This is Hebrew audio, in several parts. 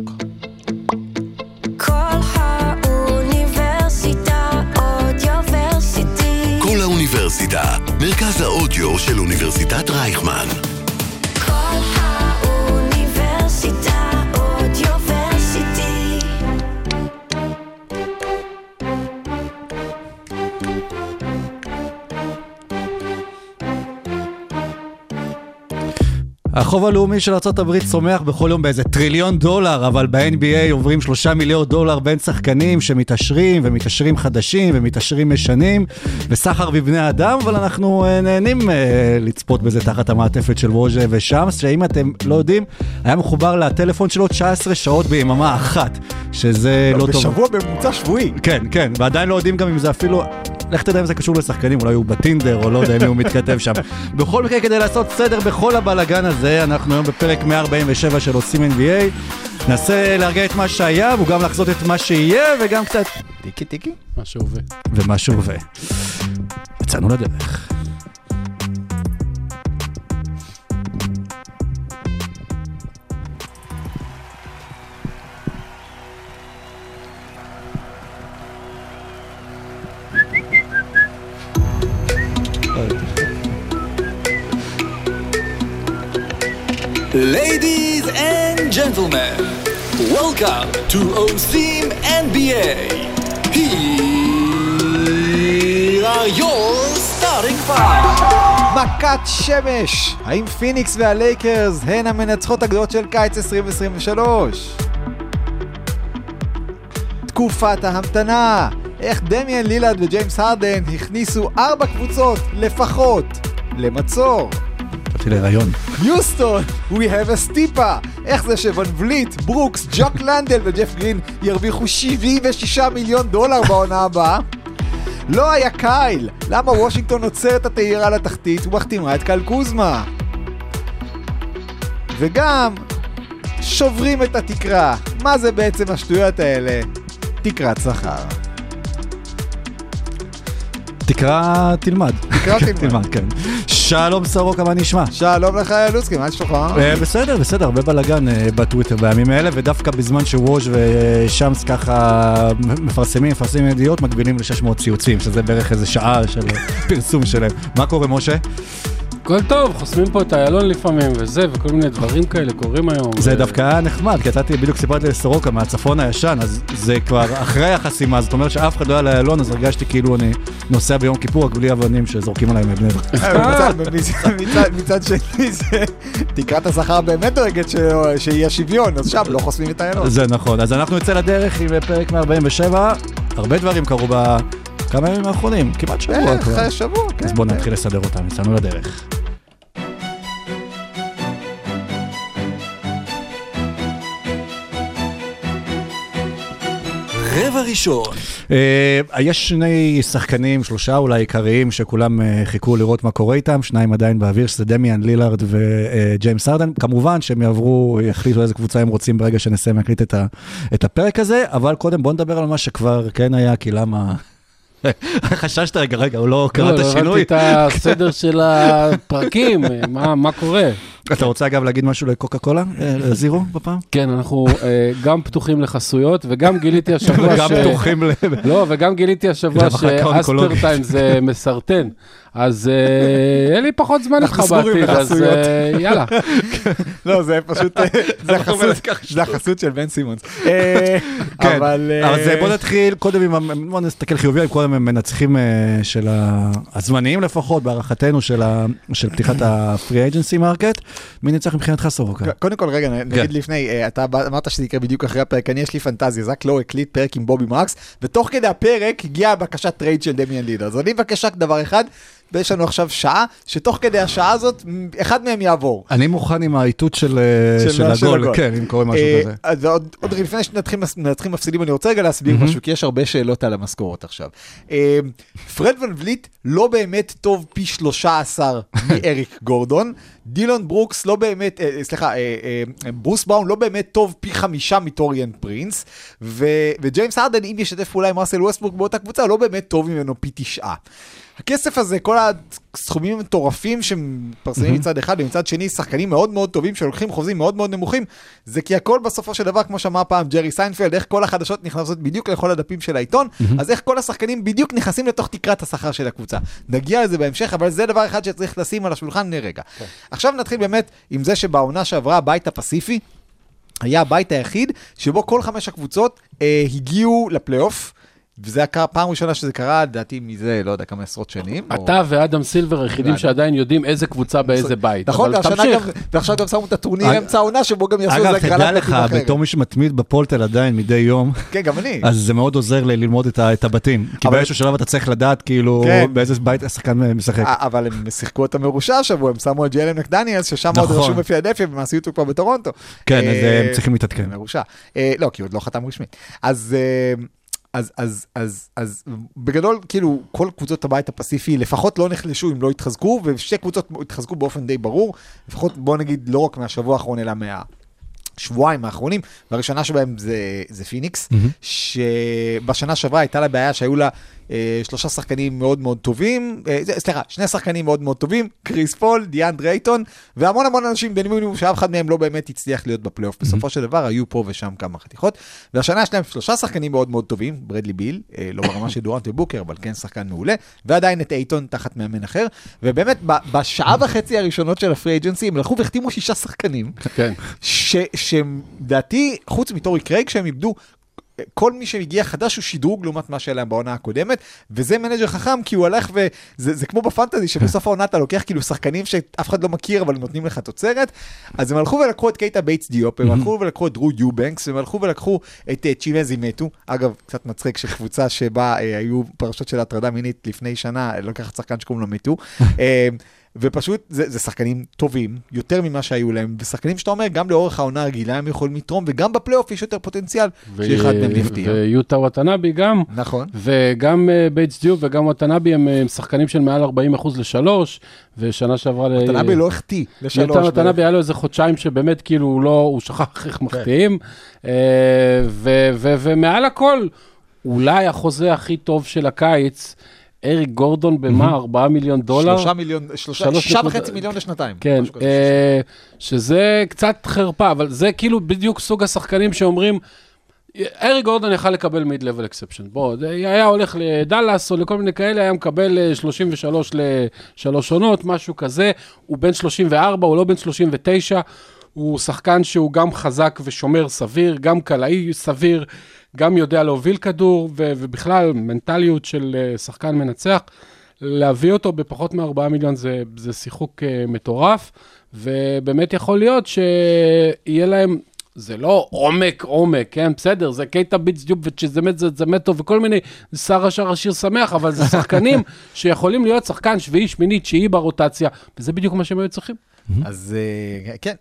כל האוניברסיטה אודיוורסיטי. כל האוניברסיטה, מרכז האודיו של אוניברסיטת רייכמן. כל האוניברסיטה אודיוורסיטי. החוב הלאומי של ארצות הברית צומח בכל יום באיזה $1 טריליון, אבל ב-NBA עוברים $3 מיליארד בין שחקנים שמתעשרים ומתעשרים חדשים ומתעשרים ישנים וסחר בבני אדם, אבל אנחנו נהנים לצפות בזה תחת המעטפת של ווז'ה ושמס, שאם אתם לא יודעים, היה מחובר לטלפון שלו 19 שעות ביממה אחת, שזה לא טוב. בשבוע בממוצע שבועי. כן, כן, ועדיין לא יודעים גם אם זה אפילו... לך תדע אם זה קשור לשחקנים, אולי הוא בטינדר או לא יודע אם הוא מתכתב שם. בכל מקרה, כדי לעשות סדר בכל הבלגן הזה, אנחנו היום בפרק 147 של עושים NBA, ננסה להרגיע את מה שהיה, וגם לחזות את מה שיהיה, וגם קצת טיקי טיקי. מה שהווה. ומה שהווה. יצאנו לדרך. Ladies and gentlemen, welcome to OSIM NBA. Here are your starting five. מכת שמש! האם פיניקס והלייקרס הן המנצחות הגדולות של קיץ 2023? תקופת ההמתנה! איך דמיאן לילארד וג'יימס הרדן הכניסו 4 קבוצות לפחות למצור? באתי להיריון. יוסטון, we have a סטיפה. איך זה שוון וליט, ברוקס, ג'וק לנדל וג'ף גרין ירוויחו $76 מיליון בעונה הבאה? לא היה קייל. למה וושינגטון עוצרת את התהירה לתחתית ומחתימה את קייל קוזמה? וגם שוברים את התקרה. מה זה בעצם השטויות האלה? תקרת שכר. תקרא, תלמד. תקרא, תלמד. כן. שלום סורוקה, מה נשמע? שלום לך לוסקי, מה שלומך? בסדר, הרבה בלגן בטוויטר בימים האלה, ודווקא בזמן שווז' ושמס ככה מפרסמים ידיעות, מגבילים ל-600 ציוצים, שזה בערך איזה שעה של פרסום שלהם. מה קורה, משה? הכל טוב, חוסמים פה את איילון לפעמים וזה, וכל מיני דברים כאלה קורים היום. זה דווקא היה נחמד, כי יצאתי בדיוק סיפרתי לסורוקה מהצפון הישן, אז זה כבר אחרי החסימה, זאת אומרת שאף אחד לא היה לאיילון, אז הרגשתי כאילו אני נוסע ביום כיפור, רק בלי אבנים שזורקים עליי מבני ברק. מצד שני, תקרת השכר באמת דואגת שיהיה שוויון, אז שם לא חוסמים את איילון. זה נכון, אז אנחנו יוצא לדרך עם פרק 147, הרבה דברים קרו כמה ימים האחרונים, כמעט שבוע כבר. אחרי שבוע, כן. אז בואו נתחיל לסדר אותם, יצאנו לדרך. רבע ראשון. יש שני שחקנים, 3 אולי עיקריים, שכולם חיכו לראות מה קורה איתם, 2 עדיין באוויר, שזה דמיאן לילארד וג'יימס הרדן. כמובן שהם יחליטו איזה קבוצה הם רוצים ברגע שנסיים להקליט את הפרק הזה, אבל קודם בואו נדבר על מה שכבר כן היה, כי למה... חששת רגע, הוא לא קרא את השינוי? לא הבנתי את הסדר של הפרקים, מה קורה? אתה רוצה אגב להגיד משהו לקוקה קולה, זירו בפעם? כן, אנחנו גם פתוחים לחסויות, וגם גיליתי השבוע גם פתוחים לא, וגם גיליתי השבוע שאספרטיים זה מסרטן, אז אין לי פחות זמן איתך בעתיד, אז יאללה. לא, זה פשוט, זה החסות של בן סימונס. אבל בוא נתחיל, בוא נסתכל חיובי, קודם הם מנצחים של הזמניים לפחות, בערכתנו של פתיחת הפרי אייג'נסי מרקט. מי ניצח מבחינתך סורוקה? קודם כל, רגע, נגיד לפני, אתה אמרת שזה יקרה בדיוק אחרי הפרק, יש לי פנטזיה, זק לא הקליט פרק עם בובי מרקס, ותוך כדי הפרק הגיעה בקשת טרייד של דמיאן לילארד. אז אני מבקש רק דבר אחד, ויש לנו עכשיו שעה, שתוך כדי השעה הזאת, אחד מהם יעבור. אני מוכן עם האיתות של הגול, כן, אם קורה משהו כזה. אז עוד לפני שנתחילים מפסידים, אני רוצה רגע להסביר משהו, כי יש הרבה שאלות על המשכורות עכשיו. פרד ון וליט לא באמת טוב פי 13 מאריק גורדון, דילון ברוקס לא באמת, ברוס בראון לא באמת טוב פי 5 מטוריאן פרינס, וג'יימס הרדן, אם ישתף אולי עם ראסל ווסטברוק באותה קבוצה, לא באמת טוב ממנו פי 9. הכסף הזה, כל הסכומים מטורפים שמפרסמים מצד אחד ומצד שני, שחקנים מאוד מאוד טובים שלוקחים חוזים מאוד מאוד נמוכים, זה כי הכל בסופו של דבר, כמו שאמר פעם ג'רי סיינפלד, איך כל החדשות נכנסות בדיוק לכל הדפים של העיתון, אז איך כל השחקנים בדיוק נכנסים לתוך תקרת השכר של הקבוצה. נגיע לזה בהמשך, אבל זה דבר אחד שצריך לשים על השולחן לרגע. עכשיו נתחיל באמת עם זה שבעונה שעברה הבית הפסיפי, היה הבית היחיד שבו כל 5 הקבוצות הגיעו לפלייאוף, וזה פעם ראשונה שזה קרה, לדעתי מזה, לא יודע, כמה עשרות שנים. אתה ואדם סילבר היחידים שעדיין יודעים איזה קבוצה באיזה בית. נכון, ועכשיו גם שמו את הטורניר אמצע העונה, שבו גם יעשו איזה הגרלת בתים אחרת. אגב, תדע לך, בתור מי שמתמיד בפולטל עדיין מדי יום, כן, גם אני. אז זה מאוד עוזר לי ללמוד את הבתים. כי באיזשהו שלב אתה צריך לדעת, כאילו, באיזה בית השחקן משחק. אבל הם שיחקו את המרושע השבוע, הם שמו את ג'יילן מקדניאלס, ששם עוד רשום בפילדלפיה, והם עשו אותו כבר בטורונטו. כן, אז הם צריכים להתעדכן. מרושע. לא, כי עוד לא חתם רשמית. אז בגדול, כאילו, כל קבוצות הבית הפסיפי לפחות לא נחלשו אם לא התחזקו, ושתי קבוצות התחזקו באופן די ברור, לפחות בוא נגיד לא רק מהשבוע האחרון, אלא שבועיים האחרונים, והראשונה שבהם זה פיניקס, שבשנה שעברה הייתה לה בעיה שהיו לה 3 שחקנים מאוד מאוד טובים, סליחה, 2 שחקנים מאוד מאוד טובים, קריס פול, דיאנדרה אייטון, והמון המון אנשים בנימיונים שאף אחד מהם לא באמת הצליח להיות בפלייאוף. בסופו של דבר היו פה ושם כמה חתיכות, והשנה יש להם 3 שחקנים מאוד מאוד טובים, ברדלי ביל, לא ברמה של דורנט ובוקר, אבל כן שחקן מעולה, ועדיין את אייטון תחת מאמן אחר, ובאמת בשעה וחצי הראשונות של הפרי אג'נסי, הם הלכו והחתימו 6 שחקנים, שדעתי, חוץ מתורי קרייג, שהם איבדו כל מי שהגיע חדש הוא שדרוג לעומת מה שהיה להם בעונה הקודמת, וזה מנג'ר חכם, כי הוא הלך זה כמו בפנטזי, שבסוף העונה אתה לוקח כאילו שחקנים שאף אחד לא מכיר, אבל נותנים לך תוצרת, אז הם הלכו ולקחו את קייטה בייטס דיופ, הם הלכו ולקחו את דרו יובנקס, הם הלכו ולקחו את צ'ימזי מתו, אגב, קצת מצחיק שקבוצה שבה היו פרשות של הטרדה מינית לפני שנה, לקחת שחקן שקוראים לו מתו, ופשוט זה שחקנים טובים, יותר ממה שהיו להם, ושחקנים שאתה אומר, גם לאורך העונה הרגילה הם יכולים לתרום, וגם בפלייאוף יש יותר פוטנציאל, שאחד מהם יפתיע. ויוטה וטנאבי גם, נכון. וגם בייטס דיופ וגם וטנאבי הם שחקנים של מעל 40% ל3, ושנה שעברה... וטנאבי לא החטיא ל3. וטנאבי היה לו איזה חודשיים שבאמת כאילו הוא שכח איך מחטיאים, ומעל הכל, אולי החוזה הכי טוב של הקיץ, אריק גורדון במה? 4 מיליון דולר? 6.5 מיליון לשנתיים. כן, שזה קצת חרפה, אבל זה כאילו בדיוק סוג השחקנים שאומרים, אריק גורדון יכל לקבל מיד-לבל אקספשן. בוא, היה הולך לדלס או לכל מיני כאלה, היה מקבל 33 ל3 עונות, משהו כזה, הוא בן 34, הוא לא בן 39, הוא שחקן שהוא גם חזק ושומר סביר, גם קלעי סביר, גם יודע להוביל כדור, ובכלל מנטליות של שחקן מנצח, להביא אותו בפחות מ4 מיליון זה שיחוק מטורף, ובאמת יכול להיות שיהיה להם, זה לא עומק, כן, בסדר, זה קייטה ביטס דיופ וצ'יזמת זה מטו וכל מיני, שר השיר שמח, אבל זה שחקנים שיכולים להיות שחקן שביעי, שמיני, תשיעי ברוטציה, וזה בדיוק מה שהם היו צריכים. אז כן,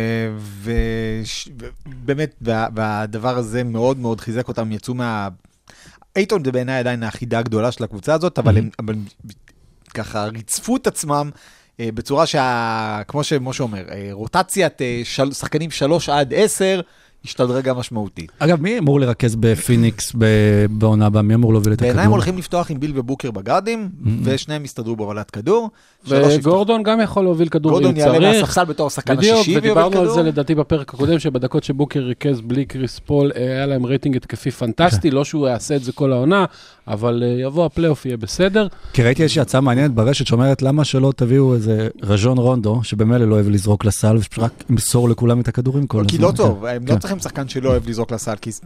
ובאמת, והדבר הזה מאוד מאוד חיזק אותם, יצאו אייטון זה בעיניי עדיין החידה הגדולה של הקבוצה הזאת, אבל הם ככה ריצפו את עצמם, בצורה כמו שמשה אומר, רוטציית שחקנים 3 עד 10, השתדרגה משמעותית. אגב, מי אמור לרכז בפיניקס בעונה הבאה? מי אמור להוביל את הכדור? בעיניי הם הולכים לפתוח עם ביל ובוקר בגארדים, ושניהם יסתדרו בהובלת כדור. וגורדון גם יכול להוביל כדור אם צריך. גורדון יעלה מהספסל בתור השחקן השישי ודיברנו על זה לדעתי בפרק הקודם, שבדקות שבוקר ריכז בלי קריס פול, היה להם רייטינג התקפי פנטסטי, לא שהוא יעשה את זה כל העונה, אבל יבוא הפלייאוף יהיה בסדר. כי ראיתי איזושהי הצעה מעניינת ברשת שאומרת למה שלא תביאו איזה רז'ון רונדו, שבמילא לא אוהב לזרוק לסל, ושרק ימסור לכולם את הכדורים כל הזמן. כי לא טוב, הם לא צריכים שחקן שלא אוהב לזרוק לסל, כי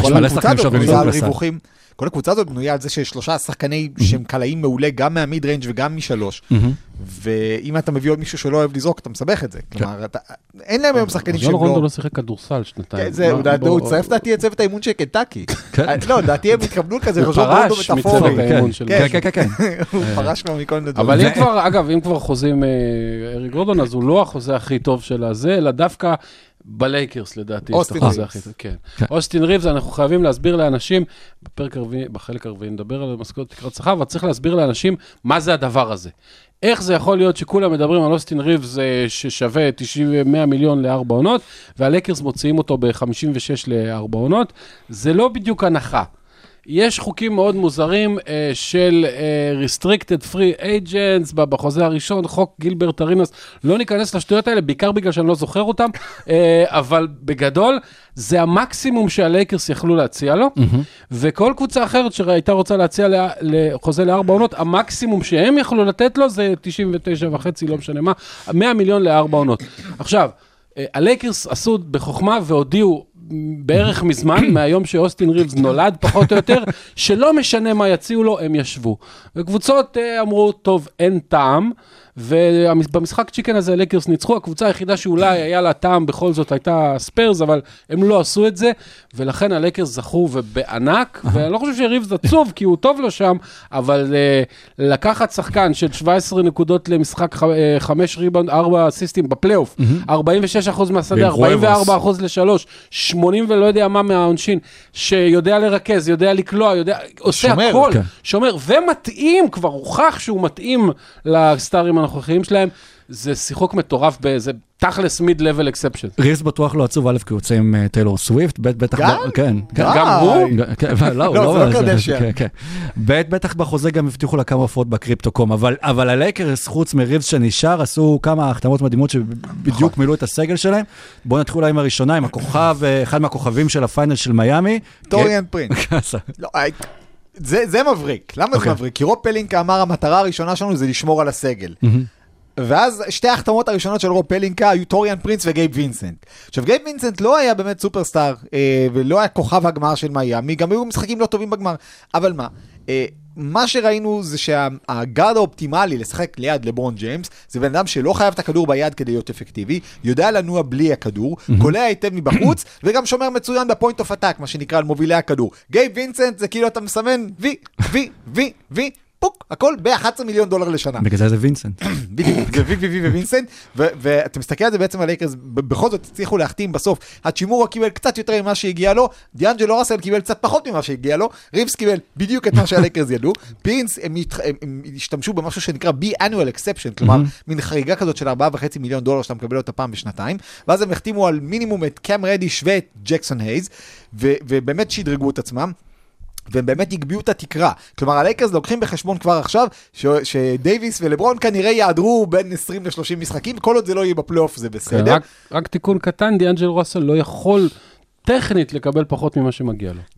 כל הקבוצה הזאת בנויה על זה ש3 שחקני שהם קלעים מעולה גם מהמיד ריינג' וגם מ3, ואם אתה מביא עוד מישהו שלא אוהב לזרוק, אתה מסבך את זה. כלומר, אין להם היום שחקנים שהם לא... רונדו לא שיחק כדורסל שנתיים. הוא צרף דעתי את צוות האימון של קנטקי. לא, דעתי הם התכוונו כזה, הוא פרש מצוות האימון שלו. כן. הוא פרש כבר מכל נדון. אבל אגב, אם כבר חוזים אריק גורדון, אז הוא לא החוזה הכי טוב של הזה, אלא דווקא בלייקרס לדעתי. אוסטין ריבס. כן. אוסטין ריבס, אנחנו חייבים להסביר לאנשים, בחלק הרביעי נדבר על משכורת תקרת שכר, אבל צריך להסביר לאנשים מה זה הדבר הזה. איך זה יכול להיות שכולם מדברים על אוסטין ריבס ששווה 100 מיליון ל4 עונות, והלייקרס מוציאים אותו ב56 ל4 עונות, זה לא בדיוק הנחה. יש חוקים מאוד מוזרים של restricted free agents בחוזה הראשון, חוק גילברט ארינוס, לא ניכנס לשטויות האלה, בעיקר בגלל שאני לא זוכר אותם, אבל בגדול, זה המקסימום שהלייקרס יכלו להציע לו, וכל קבוצה אחרת שהייתה רוצה להציע לחוזה ל4 עונות, המקסימום שהם יכלו לתת לו זה 99.5, לא משנה מה, 100 מיליון ל4 עונות. עכשיו, הלייקרס עשו בחוכמה והודיעו בערך מזמן, מהיום שאוסטין ריבס נולד פחות או יותר, שלא משנה מה יציעו לו, הם ישבו. וקבוצות אמרו, טוב, אין טעם, ובמשחק צ'יקן הזה הלייקרס ניצחו, הקבוצה היחידה שאולי היה לה טעם בכל זאת הייתה ספיירס, אבל הם לא עשו את זה, ולכן הלייקרס זכו ובענק, ואני לא חושב שריבס עצוב, כי הוא טוב לו שם, אבל לקחת שחקן של 17 נקודות למשחק 5 ריבאונד, 4 אסיסטים בפלייאוף, 46% מהשדה, 44% ל3, 80 ולא יודע מה מהעונשין, שיודע לרכז, יודע לקלוע, עושה הכל, שומר, ומתאים, כבר הוכח שהוא מתאים לסטארים הנוכחיים שלהם, זה שיחוק מטורף באיזה תכלס מיד-לבל אקספשן. ריבס בטוח לא עצוב, א' כי הוא יוצא עם טיילור סוויפט, בטח... גם? כן. גם הוא? לא, זה לא קרדשן. בטח בחוזה גם הבטיחו לה כמה הופעות בקריפטוקום, אבל הלייקרס, חוץ מריבס שנשאר, עשו כמה החתמות מדהימות שבדיוק מילאו את הסגל שלהם. בואו נתחיל אולי עם הראשונה, עם הכוכב, אחד מהכוכבים של הפיינל של מיאמי. טוריאן פרינס. זה מבריק. למה זה מבריק? כי רוב פלינקה אמר, המטרה הראשונה שלנו זה לשמור על הסגל. ואז שתי ההחתמות הראשונות של רוב פלינקה היו טוריאן פרינס וגייב וינסנט. עכשיו, גייב וינסנט לא היה באמת סופרסטאר, ולא היה כוכב הגמר של מיאמי, גם היו משחקים לא טובים בגמר. אבל מה שראינו זה שהגארד האופטימלי לשחק ליד לברון ג'יימס, זה בן אדם שלא חייב את הכדור ביד כדי להיות אפקטיבי, יודע לנוע בלי הכדור, קולע היטב מבחוץ, וגם שומר מצוין בפוינט אוף אטאק, מה שנקרא על מובילי הכדור. גייב וינסנט זה כאילו אתה מסמן וי, פוק, הכל ב$11 מיליון לשנה. בגלל זה וינסנט. בדיוק, זה וי ווינסנט, ואתה מסתכל על זה בעצם על לייקרס, בכל זאת הצליחו להחתים בסוף, הצ'ימורה קיבל קצת יותר ממה שהגיע לו, דיאנג'לו ראסל קיבל קצת פחות ממה שהגיע לו, ריבס קיבל בדיוק את מה שהלייקרס ידעו, פרינס הם השתמשו במשהו שנקרא B-Annual Exception, כלומר, מין חריגה כזאת של $4.5 מיליון שאתה מקבל אותה פעם בשנתיים, ואז הם החתימו על מינימום את קאם רדיש ואת ג'קסון הייז, ובאמת שדרגו את עצמם, והם באמת יגביעו את התקרה. כלומר, הלייקרס לוקחים בחשבון כבר עכשיו, שדייביס ולברון כנראה יעדרו בין 20 ל-30 משחקים, כל עוד זה לא יהיה בפלייאוף, זה בסדר. רק תיקון קטן, דיאנג'לו ראסל לא יכול טכנית לקבל פחות ממה שמגיע לו.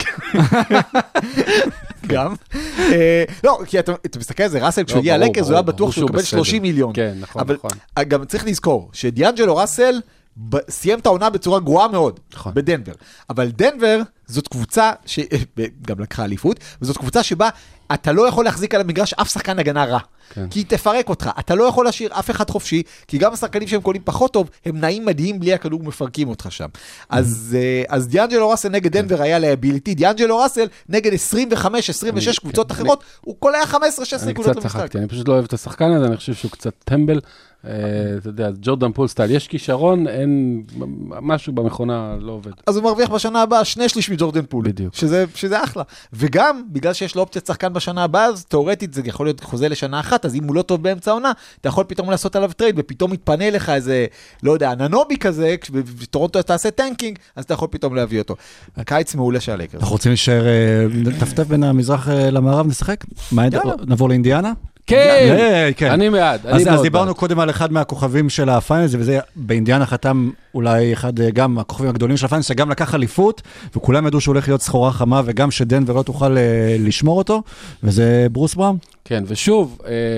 גם. לא, כי אתה מסתכל על זה, ראסל כשהוא הגיע ללייקרס, הוא היה בטוח שהוא יקבל 30 מיליון. כן, נכון. אבל גם צריך לזכור, שדיאנג'לו ראסל סיים את העונה בצורה גרועה מאוד, בדנבר. אבל דנבר זאת קבוצה, גם לקחה אליפות, וזאת קבוצה שבה אתה לא יכול להחזיק על המגרש אף שחקן הגנה רע. כי היא תפרק אותך. אתה לא יכול להשאיר אף אחד חופשי, כי גם השחקנים שהם קולים פחות טוב, הם נעים מדהים בלי הכדור מפרקים אותך שם. אז דיאנג'לו ראסל נגד דנבר היה לאביליטי, דיאנג'לו ראסל נגד 25-26 קבוצות אחרות, הוא קולע 15-16 נקודות במשחק. אני פשוט לא אוהב את השחקן הזה, אני חושב שהוא קצת טמבל. אתה יודע, ג'ורדן פול סטייל, יש כישרון, אין משהו במכונה לא עובד. אז הוא מרוויח בשנה הבאה 2/3 מג'ורדן פול. בדיוק. שזה אחלה. וגם, בגלל שיש לו אופציית שחקן בשנה הבאה, אז תיאורטית זה יכול להיות חוזה לשנה אחת, אז אם הוא לא טוב באמצע העונה, אתה יכול פתאום לעשות עליו טרייד, ופתאום מתפנה לך איזה, לא יודע, ננובי כזה, כשטורונטו תעשה טנקינג, אז אתה יכול פתאום להביא אותו. קיץ מעולה של הלייקרס. אנחנו רוצים להישאר, טפטף בין המזרח למערב, נשחק? נעבור לאינדיאנה? כן, אני מעד. אז דיברנו קודם על אחד מהכוכבים של הפיינלס, וזה באינדיאנה חתם אולי אחד גם הכוכבים הגדולים של הפיינלס, שגם לקח אליפות, וכולם ידעו שהוא הולך להיות סחורה חמה, וגם שדנבר לא תוכל לשמור אותו, וזה ברוס בראון. כן, ושוב,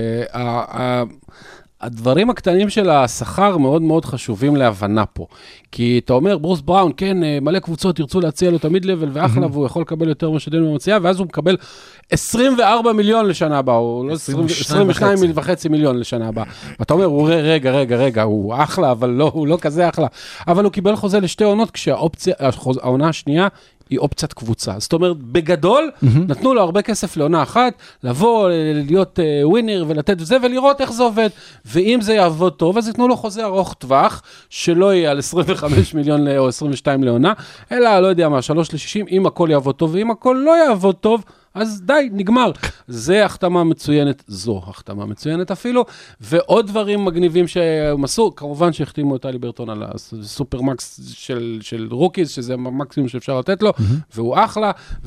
הדברים הקטנים של השכר מאוד מאוד חשובים להבנה פה. כי אתה אומר, ברוס בראון, כן, מלא קבוצות ירצו להציע לו תמיד לבל ואחלה, והוא יכול לקבל יותר מה שדנבר מציעה, ואז הוא מקבל 24 מיליון לשנה הבאה, או לא 22.5 מיליון לשנה הבאה. ואתה אומר, הוא רגע, הוא אחלה, אבל לא, הוא לא כזה אחלה. אבל הוא קיבל חוזה לשתי עונות, כשהעונה השנייה היא אופציית קבוצה. זאת אומרת, בגדול, נתנו לו הרבה כסף לעונה אחת, לבוא, להיות ווינר ולתת וזה, ולראות איך זה עובד. ואם זה יעבוד טוב, אז יתנו לו חוזה ארוך טווח, שלא יהיה על 25 מיליון או 22 לעונה, אלא, לא יודע מה, 3 ל-60, אם הכל יעבוד טוב, ואם הכל לא יעבוד טוב, אז די, נגמר. זה החתמה מצוינת, זו החתמה מצוינת אפילו, ועוד דברים מגניבים שהם עשו, כמובן שהחתימו את ליברטון על הסופרמקס של רוקיז, שזה המקסימום שאפשר לתת לו, והוא אחלה,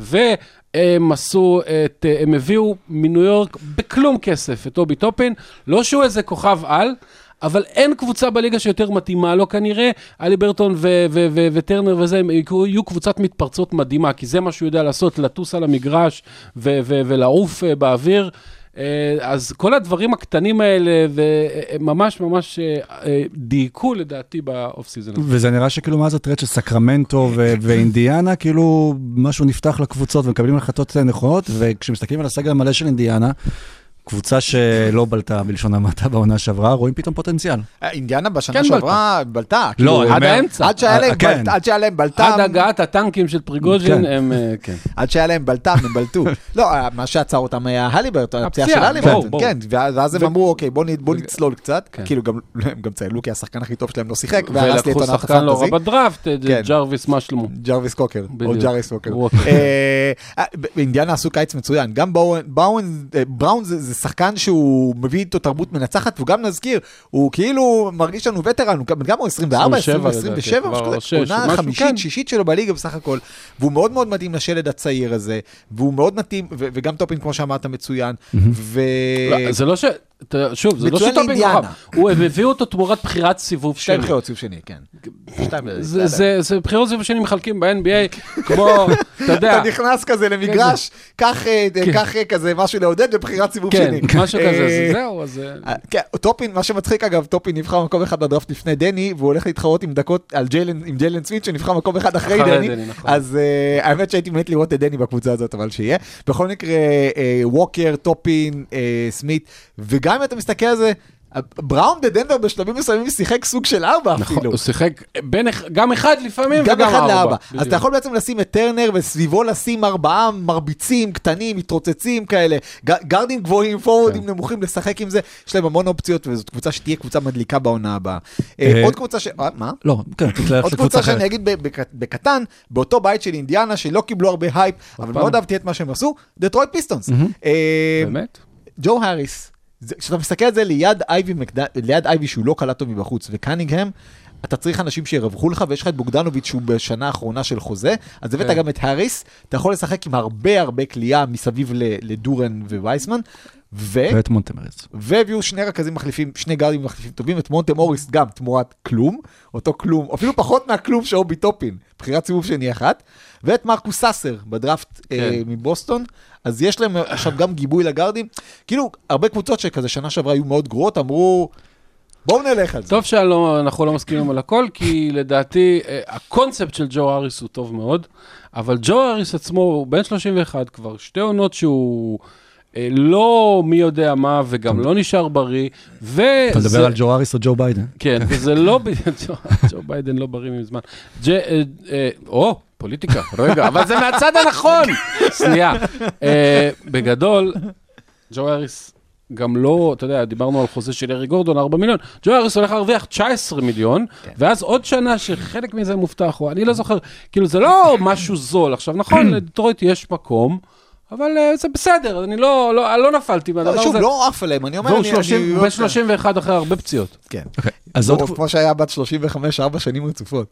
הם עשו הם הביאו מניו יורק בכלום כסף את אובי טופין, לא שהוא איזה כוכב על, אבל אין קבוצה בליגה שיותר מתאימה לו כנראה, ליברטון וטרנר וזה, הם יהיו קבוצת מתפרצות מדהימה, כי זה מה שהוא יודע לעשות, לטוס על המגרש ולעוף באוויר, אז כל הדברים הקטנים האלה, וממש ממש דייקו לדעתי באוף סיזון. וזה נראה שכאילו מה זה טרד של סקרמנטו ואינדיאנה, כאילו משהו נפתח לקבוצות ומקבלים החלטות נכונות, וכשמסתכלים על הסגל המלא של אינדיאנה, קבוצה שלא בלטה בלשון המעטה בעונה שעברה, רואים פתאום פוטנציאל. אינדיאנה בשנה שעברה בלטה. לא, עד האמצע. עד שהיה להם בלטה. עד הגעת הטנקים של פריגוז'ין, הם, כן. עד שהיה להם בלטה, הם בלטו. לא, מה שעצר אותם היה הליברטון, הפציעה של הליברטון. כן, ואז הם אמרו, אוקיי, בוא נצלול קצת. כאילו, הם גם ציינו, כי השחקן הכי טוב שלהם לא שיחק, ולקחו שחקן לא רע בדראפט, ג'רוויס משלמו. ג'רוויס קוקר, או ג'ריס קוקר. אינדיאנה עשו קיץ מצוין. גם בראון זה שחקן שהוא מביא איתו תרבות מנצחת, והוא גם נזכיר, הוא כאילו מרגיש לנו וטרן, גם הוא 24, 27, עונה חמישית, שישית שלו בליגה בסך הכל, והוא מאוד מאוד מתאים לשלד הצעיר הזה, והוא מאוד מתאים, וגם טופין כמו שאמרת מצוין, זה לא ש... שוב, זה לא שטופין כוכב, הוא הביא אותו תמורת בחירת סיבוב שני. 2 בחירות סיבוב שני, כן. זה בחירות סיבוב שני מחלקים ב-NBA, כמו, אתה יודע. אתה נכנס כזה למגרש, קח כזה משהו לעודד ובחירת סיבוב שני. כן, משהו כזה, זהו, אז... כן, טופין, מה שמצחיק אגב, טופין נבחר מקום אחד בדראפט לפני דני, והוא הולך להתחרות עם דקות עם ג'יילן סמית, שנבחר מקום אחד אחרי דני, אז האמת שהייתי מת לראות את דני בקבוצה הזאת, אבל שיהיה. בכל מקרה, ווקר, טופין, סמית, וגם אם אתה מסתכל על זה, בראון בדנבר בשלבים מסוימים שיחק סוג של 4 אפילו. נכון, הוא שיחק גם אחד לפעמים וגם וגם 4. אז אתה יכול בעצם לשים את טרנר וסביבו לשים 4 מרביצים, קטנים, מתרוצצים כאלה, גארדים גבוהים, פורורדים נמוכים, לשחק עם זה, יש להם המון אופציות, וזאת קבוצה שתהיה קבוצה מדליקה בעונה הבאה. עוד קבוצה מה? לא, כן, עוד קבוצה שאני אגיד בקטן, באותו בית של אינדיאנה, שלא קיבלו הרבה הייפ, אבל מאוד אהבתי את מה שהם עשו, דטרויט פיסטונס. באמת? ג'ו האריס. כשאתה מסתכל על זה ליד אייבי שהוא לא קלה טוב מבחוץ, וקנינגהם, אתה צריך אנשים שירווחו לך, ויש לך את בוגדנוביץ' שהוא בשנה האחרונה של חוזה, אז הבאת גם את האריס, אתה יכול לשחק עם הרבה קליעה מסביב לדורן ווייסמן, ואת מונטמוריס. והביאו שני רכזים מחליפים, שני גארדים מחליפים טובים, את מונטמוריס גם תמורת כלום, אותו כלום, אפילו פחות מהכלום שאובי טופין, בחירת סיבוב שני אחת, ואת מרקוס סאסר בדראפט מבוסטון, אז יש להם עכשיו גם גיבוי לגארדים, כאילו הרבה קבוצות שכזה שנה שעברה היו מאוד גרועות, אמרו, בואו נלך על זה. טוב שאנחנו לא מסכימים על הכל, כי לדעתי הקונספט של ג'ו האריס הוא טוב מאוד, אבל ג'ו האריס עצמו הוא בן 31 כבר, 2 עונות שהוא לא מי יודע מה, וגם לא נשאר בריא, אתה מדבר על ג'ו האריס או ג'ו ביידן? כן, וזה לא, ג'ו ביידן לא בריא מזמן. פוליטיקה, רגע, אבל זה מהצד הנכון. שנייה. בגדול, ג'ו האריס גם לא, אתה יודע, דיברנו על חוזה של אריק גורדון, 4 מיליון. ג'ו האריס הולך להרוויח 19 מיליון, ואז עוד שנה שחלק מזה מובטח, אני לא זוכר, כאילו זה לא משהו זול. עכשיו, נכון, לדטרויט יש מקום, אבל זה בסדר, אני לא נפלתי מהדבר הזה. שוב, לא עף עליהם, אני אומר... בן 31 אחרי הרבה פציעות. כן. כמו שהיה בת 35, 4 שנים רצופות.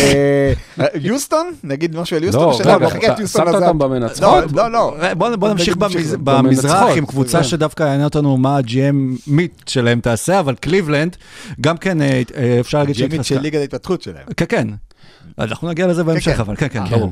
יוסטון? נגיד משהו על יוסטון? לא, שמת אותם במנצחות. לא. בוא נמשיך במזרח עם קבוצה שדווקא יענה אותנו מה ה-GM מיט שלהם תעשה, אבל קליבלנד, גם כן אפשר להגיד... GM מיט של ליגת ההתפתחות שלהם. כן. אנחנו נגיע לזה בהמשך, אבל כן, ברור.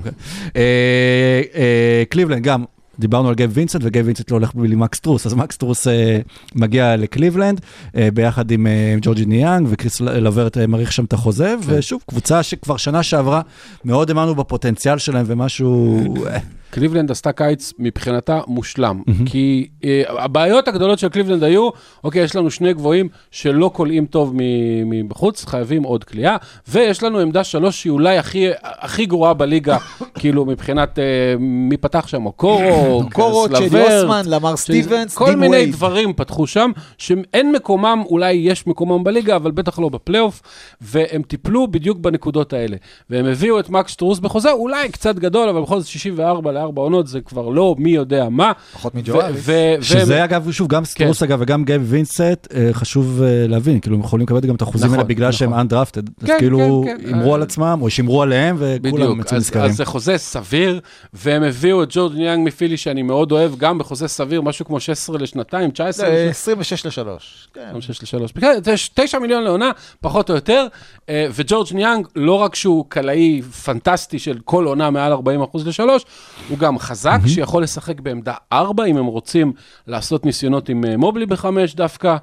קליבלנד גם, דיברנו על גייב וינסנט, וגייב וינסנט לא הולך בלי מקס טרוס, אז מקס טרוס מגיע לקליבלנד, ביחד עם ג'ורג'י ניאנג, וקריס לברט מעריך שם את החוזה, ושוב, קבוצה שכבר שנה שעברה, מאוד האמנו בפוטנציאל שלהם, ומשהו... קליבלנד עשתה קיץ מבחינתה מושלם, כי הבעיות הגדולות של קליבלנד היו, אוקיי, יש לנו 2 גבוהים שלא קולעים טוב מבחוץ, חייבים עוד קליעה, ויש לנו עמדה 3 שהיא אולי הכי גרועה בליגה, כאילו מבחינת מי פתח שם, קורו, קורו, צ'די אוסמן, למר סטיבנס, כל דין מיני וייד. דברים פתחו שם, שאין מקומם, אולי יש מקומם בליגה, אבל בטח לא בפלייאוף, והם טיפלו בדיוק בנקודות האלה. והם הביאו את מקס שטרוס בחוזה, אולי קצת גדול, אבל בכל זאת 64 ל4 עונות, זה כבר לא מי יודע מה. פחות מג'ואריס. שזה אגב, שוב, גם סטרוס אגב, וגם גייב וינסט, חשוב להבין, כאילו הם יכולים לקבל גם את האחוזים האלה בגלל שהם undrafted, אז כאילו אמרו על עצמם, או שמרו עליהם, וכולם יצאו נזכרים. אז זה חוזה סביר, והם הביאו את ג'ורדן יאנג מפילי, שאני מאוד אוהב, גם בחוזה סביר, משהו כמו 16 לשנתיים, 19 26 ל3. 26 ל3. זה 9 מיליון לעונה, פחות או יותר, וג'ורדן יאנג, לא רק שהוא קלעי פנטסטי של כל עונה מעל 40% ל3, הוא גם חזק, שיכול לשחק בעמדה 4, אם הם רוצים לעשות ניסיונות עם מובלי ב5 דווקא,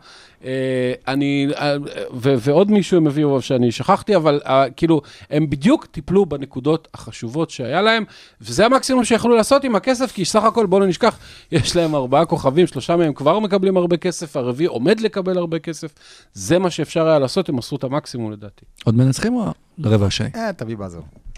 ועוד מישהו הם הביאו שאני שכחתי, אבל כאילו, הם בדיוק טיפלו בנקודות החשובות שהיה להם, וזה המקסימום שיכולו לעשות עם הכסף, כי סך הכל, בואו לא נשכח, יש להם 4 כוכבים, 3 מהם כבר מקבלים הרבה כסף, הרביעי עומד לקבל הרבה כסף, זה מה שאפשר היה לעשות, הם עשו את המקסימום לדעתי. עוד מנצחים או לרבע השני? תביא בזו.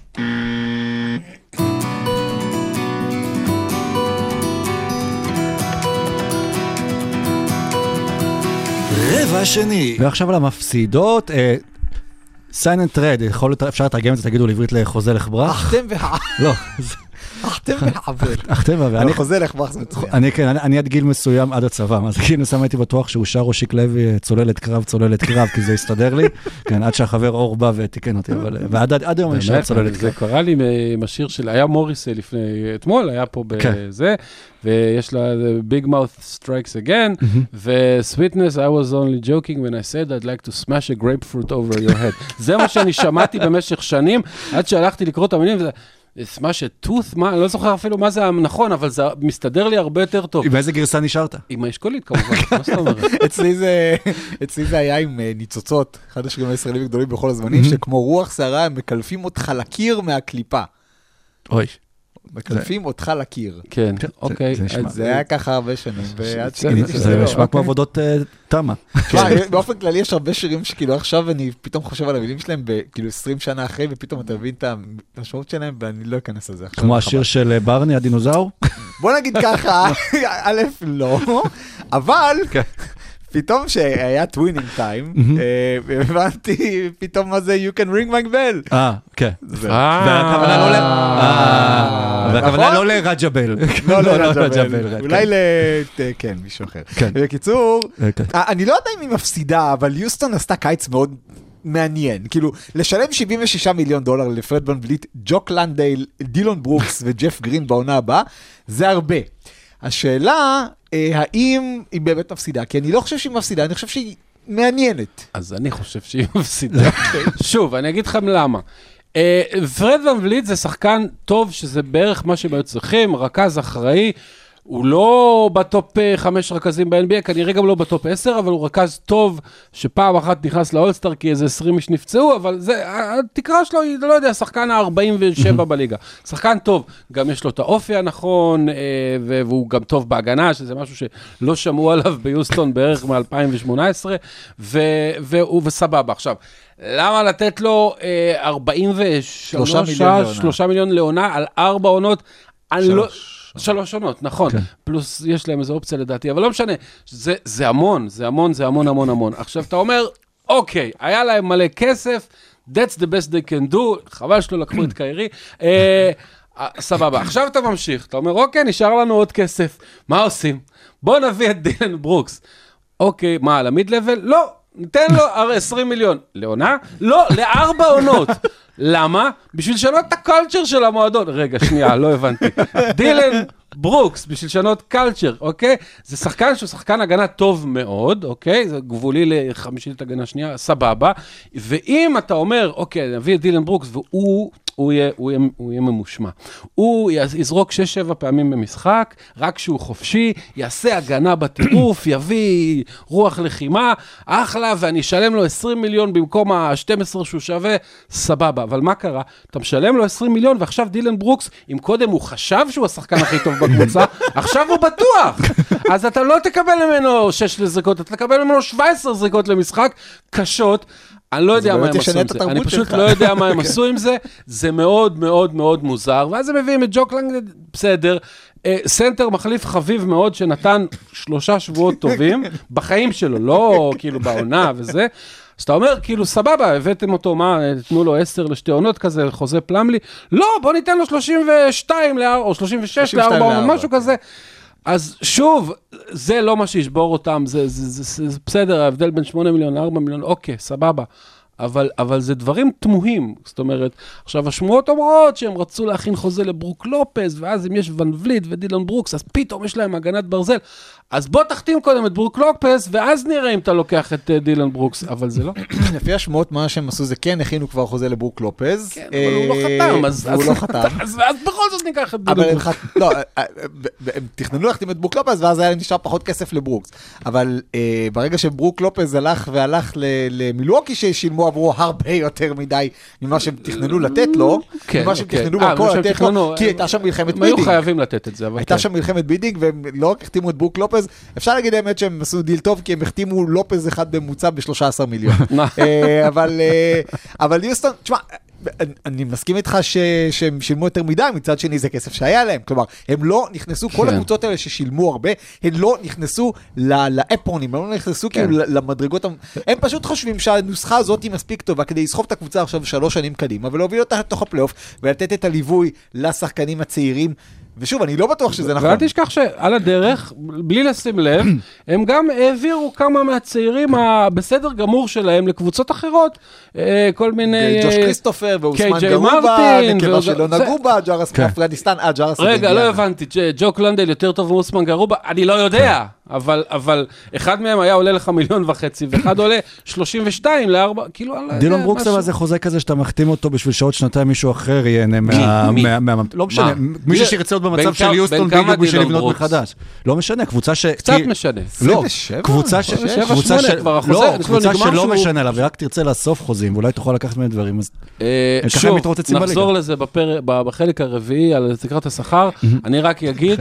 רבע שני. ועכשיו על המפסידות, sign and trade, אפשר לתרגם את זה, תגידו לעברית לחוזה לך ברח? אחתם לא. אחתם והעבר. אחתם והעבר. אני חוזה לך ברח, זה מצוין. אני עד גיל מסוים עד הצבא, אז כאילו שם הייתי בטוח שהוא שר אושיק לוי צוללת קרב, כי זה הסתדר לי, כן, עד שהחבר אור בא ותיקן אותי, ועד היום אני שר צוללת קרב. זה קרה לי עם השיר של, היה מוריס לפני, אתמול, היה פה בזה, ויש לה Big Mouth Strikes Again, ו-Sweetness, I was only joking when I said I'd like to smash a grapefruit over your head. זה מה שאני שמעתי במשך שנים, עד שהלכתי לקרוא את המילים, וזה, smash a tooth, אני לא זוכר אפילו מה זה נכון, אבל זה מסתדר לי הרבה יותר טוב. עם איזה גרסה נשארת? עם האשכולית כמובן, מה זאת אומרת? אצלי זה היה עם ניצוצות, אחד השירים הישראלים הגדולים בכל הזמנים, שכמו רוח שערה, הם מקלפים אותך לקיר מהקליפה. אוי. מקלפים אותך לקיר. כן, אוקיי. זה היה ככה הרבה שנים, זה נשמע כמו עבודות תמה. באופן כללי יש הרבה שירים שכאילו עכשיו אני פתאום חושב על המילים שלהם כאילו 20 שנה אחרי, ופתאום אתה מבין את המשמעות שלהם, ואני לא אכנס על זה. כמו השיר של ברני, הדינוזאור? בוא נגיד ככה, א', לא, אבל פתאום שהיה טווינינג טיים, הבנתי פתאום מה זה You can ring my bell. כן. והכוונה לא לרג'בל. לא לרג'בל. אולי כן, מישהו אחר. בקיצור, אני לא יודע אם היא מפסידה, אבל יוסטון עשתה קיץ מאוד מעניין. כאילו, לשלם $76 מיליון לפרד ון וליט, ג'וק לנדייל, דילון ברוקס וג'ף גרין בעונה הבאה, זה הרבה. השאלה, האם היא באמת מפסידה? כי אני לא חושב שהיא מפסידה, אני חושב שהיא מעניינת. אז אני חושב שהיא מפסידה. שוב, אני אגיד לכם למה. פרד ון וליט זה שחקן טוב, שזה בערך מה שהם היו צריכים, רכז אחראי, הוא לא בטופ 5 רכזים ב-NBA, כנראה גם לא בטופ 10, אבל הוא רכז טוב, שפעם אחת נכנס לאולסטאר, כי איזה 20 איש נפצעו, אבל זה, התקרה שלו היא, לא יודע, שחקן ה-47 בליגה. שחקן טוב, גם יש לו את האופי הנכון, והוא גם טוב בהגנה, שזה משהו שלא שמעו עליו ביוסטון בערך מ-2018, וסבבה. עכשיו, למה לתת לו 43 מיליון לעונה על 4 עונות? 3 עונות, נכון. פלוס יש להם איזו אופציה לדעתי, אבל לא משנה. זה המון, זה המון, זה המון, המון, המון. עכשיו אתה אומר, אוקיי, היה להם מלא כסף, that's the best they can do, חבל שלא לקחו את קיירי. סבבה, עכשיו אתה ממשיך, אתה אומר, אוקיי, נשאר לנו עוד כסף. מה עושים? בוא נביא את דילן ברוקס. אוקיי, מה, על המיד-לבל? לא. ניתן לו 20 מיליון. לעונה? לא, ל4 עונות. למה? בשביל לשנות את הקולצ'ר של המועדון. רגע, שנייה, לא הבנתי. דילן ברוקס, בשביל לשנות קולצ'ר, אוקיי? זה שחקן שהוא שחקן הגנה טוב מאוד, אוקיי? זה גבולי לחמישית הגנה שנייה, סבבה. ואם אתה אומר, אוקיי, נביא את דילן ברוקס, הוא יהיה ממושמע. הוא יזרוק 6-7 פעמים במשחק, רק שהוא חופשי, יעשה הגנה בטירוף, יביא רוח לחימה, אחלה, ואני אשלם לו 20 מיליון במקום ה-12 שהוא שווה, סבבה. אבל מה קרה? אתה משלם לו 20 מיליון, ועכשיו דילן ברוקס, אם קודם הוא חשב שהוא השחקן הכי טוב בקבוצה, עכשיו הוא בטוח. אז אתה לא תקבל ממנו 6 זריקות, אתה תקבל ממנו 17 זריקות למשחק, קשות, אני לא יודע מה באמת הם עשו ישנה עם את זה, התרבות אני פשוט שלך. לא יודע מה הם עשו עם זה, זה מאוד מאוד מאוד מוזר, ואז הם מביאים את ג'וק לנגלד, בסדר, סנטר מחליף חביב מאוד, שנתן 3 שבועות טובים, בחיים שלו, לא כאילו בעונה וזה, אז אתה אומר, כאילו, סבבה, הבאתם אותו, מה, תנו לו 10 לשתי עונות כזה, חוזה פלמלי, לא, בוא ניתן לו 32 או 36 ל4, משהו כזה. אז שוב, זה לא מה שישבור אותם, זה בסדר, ההבדל בין 8 מיליון ל4 מיליון, אוקיי, סבבה. אבל זה דברים תמוהים, זאת אומרת, עכשיו השמועות אומרות שהם רצו להכין חוזה לברוק לופז, ואז אם יש ון וליט ודילון ברוקס, אז פתאום יש להם הגנת ברזל, אז בוא תחתים קודם את ברוק לופז, ואז נראה אם אתה לוקח את דילון ברוקס, אבל זה לא. לפי השמועות, מה שהם עשו זה כן, הכינו כבר חוזה לברוק לופז. כן, אבל הוא לא חתם, והוא לא חתם. אז בכל זאת ניקח את דילון אבל ברוקס. לא, הם תכננו להחתים את ברוק לופז, ואז היה להם נשאר פחות כסף לברוקס. אבל ברגע שברוק לופז הלך למילואוקי, ששילמו עבורו הרבה יותר מדי ממה שהם תכננו לתת לו, ממה שהם תכננו בכל לתת לו, כי הייתה שם מלחמת בידינג. הם היו חייבים לתת את זה, אבל הייתה שם מלחמת בידינג, והם לא רק החתימו את ברוק לופז, אפשר להגיד האמת שהם עשו דיל טוב, כי הם החתימו לופז אחד בממוצע ב-13 מיליון. אבל יוסטון, תשמע, אני מסכים איתך שהם שילמו יותר מדי, מצד שני זה כסף שהיה להם, כלומר, הם לא נכנסו, כל הקבוצות האלה ששילמו הרבה, הם לא נכנסו לאפרונים, הם לא נכנסו כאילו למדרגות, הם פשוט חושבים שהנוסחה הזאת היא מספיק טובה, כדי לסחוב את הקבוצה עכשיו 3 שנים קדימה, ולהוביל אותה לתוך הפלייאוף, ולתת את הליווי לשחקנים הצעירים, ושוב, אני לא בטוח שזה נכון. ואל תשכח שעל הדרך, בלי לשים לב, הם גם העבירו כמה מהצעירים בסדר גמור שלהם לקבוצות אחרות, כל מיני... ג'וש כריסטופר ואוסמן גרובה, נקבה שלא נגעו בה, ג'רס מאפגניסטן, ג'רס... רגע, לא הבנתי, ג'וק לנדל יותר טוב מאוסמן גרובה, אני לא יודע, אבל אחד מהם היה עולה לך 1.5 מיליון, ואחד עולה 32 ל4, כאילו... דילון ברוקס אבל זה חוזה כזה שאתה מחתים אותו בשביל שעוד שנתיים מישהו אחר ייהנה מה... לא משנה, מישהו שירצה עוד במצב של יוסטון בדיוק בשביל לבנות מחדש. לא משנה, קבוצה ש... קצת משנה. לא, קבוצה שלא משנה לה, ורק תרצה לאסוף חוזים, ואולי תוכל לקחת מהם דברים, אז... שוב, נחזור לזה בחלק הרביעי, על תקרת השכר, אני רק אגיד...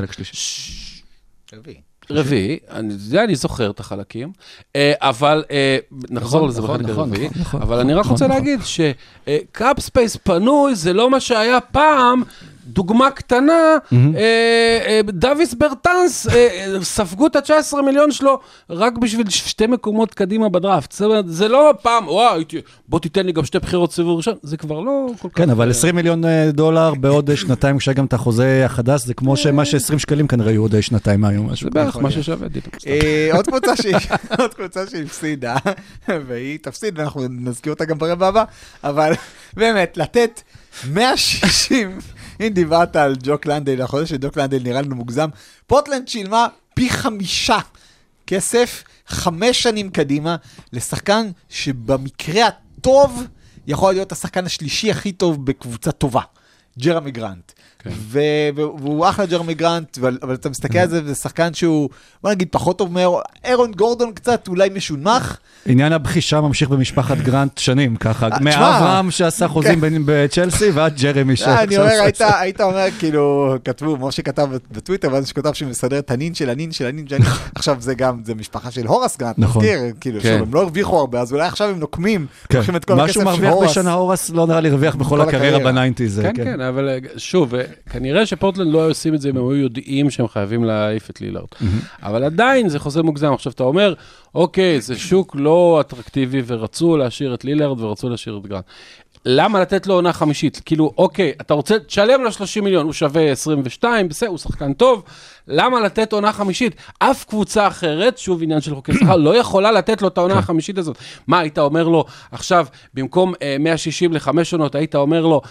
רביעי, אני זוכר את החלקים, אבל נחזור לזה בחלק הרביעי, אבל אני רק רוצה להגיד שקאפ ספייס פנוי זה לא מה שהיה פעם, דוגמה קטנה, דוויס ברטנס ספגו את ה-19 מיליון שלו רק בשביל 2 מקומות קדימה בדראפט. זה לא פעם, בוא תיתן לי גם 2 בחירות סיבוב ראשון, זה כבר לא כל כך... כן, אבל 20 מיליון דולר בעוד שנתיים כשגם את החוזה החדש, זה כמו שמה ש-20 שקלים כנראה יהיו עוד שנתיים מהיום. זה בערך מה ששווה. עוד קבוצה שהפסידה, והיא תפסיד, ואנחנו נזכיר אותה גם ברבע הבא, אבל באמת, לתת 160... אם דיברת על ג'וק לנדל, החודש של ג'וק לנדל נראה לנו מוגזם, פורטלנד שילמה פי 5 כסף, 5 שנים קדימה, לשחקן שבמקרה הטוב, יכול להיות השחקן השלישי הכי טוב בקבוצה טובה, ג'רמי גרנט. והוא אחלה ג'רמי גרנט, אבל אתה מסתכל על זה, זה שחקן שהוא, בוא נגיד, פחות טוב מאירון גורדון קצת, אולי משונח. עניין הבחישה ממשיך במשפחת גרנט שנים, ככה, מאברהם שעשה חוזים בצ'לסי, ועד ג'רמי אני אומר, היית אומר, כאילו, כתבו, משה כתב בטוויטר, ואז שכתב שהוא מסדר את הנין של הנין של הנין, עכשיו זה גם, זה משפחה של הורס גרנט, נזכיר, כאילו, הם לא הרוויחו הרבה, אז אולי עכשיו הם נוקמים, לוקחים את כל הכסף של הורס. משהו מרוויח בשנה הורס, לא נראה לי רוויח בכל הקריירה בניינטיז. כן, כן, אבל שוב, כנראה שפורטלנד לא עושים את זה, הם היו יודעים שהם חייבים להעיף את לילארד. אבל עדיין זה חוזה מוגזם. עכשיו אתה אומר, אוקיי, זה שוק לא אטרקטיבי, ורצו להשאיר את לילארד ורצו להשאיר את גרנט. למה לתת לו עונה חמישית? כאילו, אוקיי, אתה רוצה, תשלם לו 30 מיליון, הוא שווה 22, בסדר, הוא שחקן טוב, למה לתת עונה חמישית? אף קבוצה אחרת, שוב עניין של חוקי שכר, לא יכולה לתת לו את העונה החמישית הזאת. מה, היית אומר לו, עכשיו, במקום 160 ל5 עונות, היית אומר לו,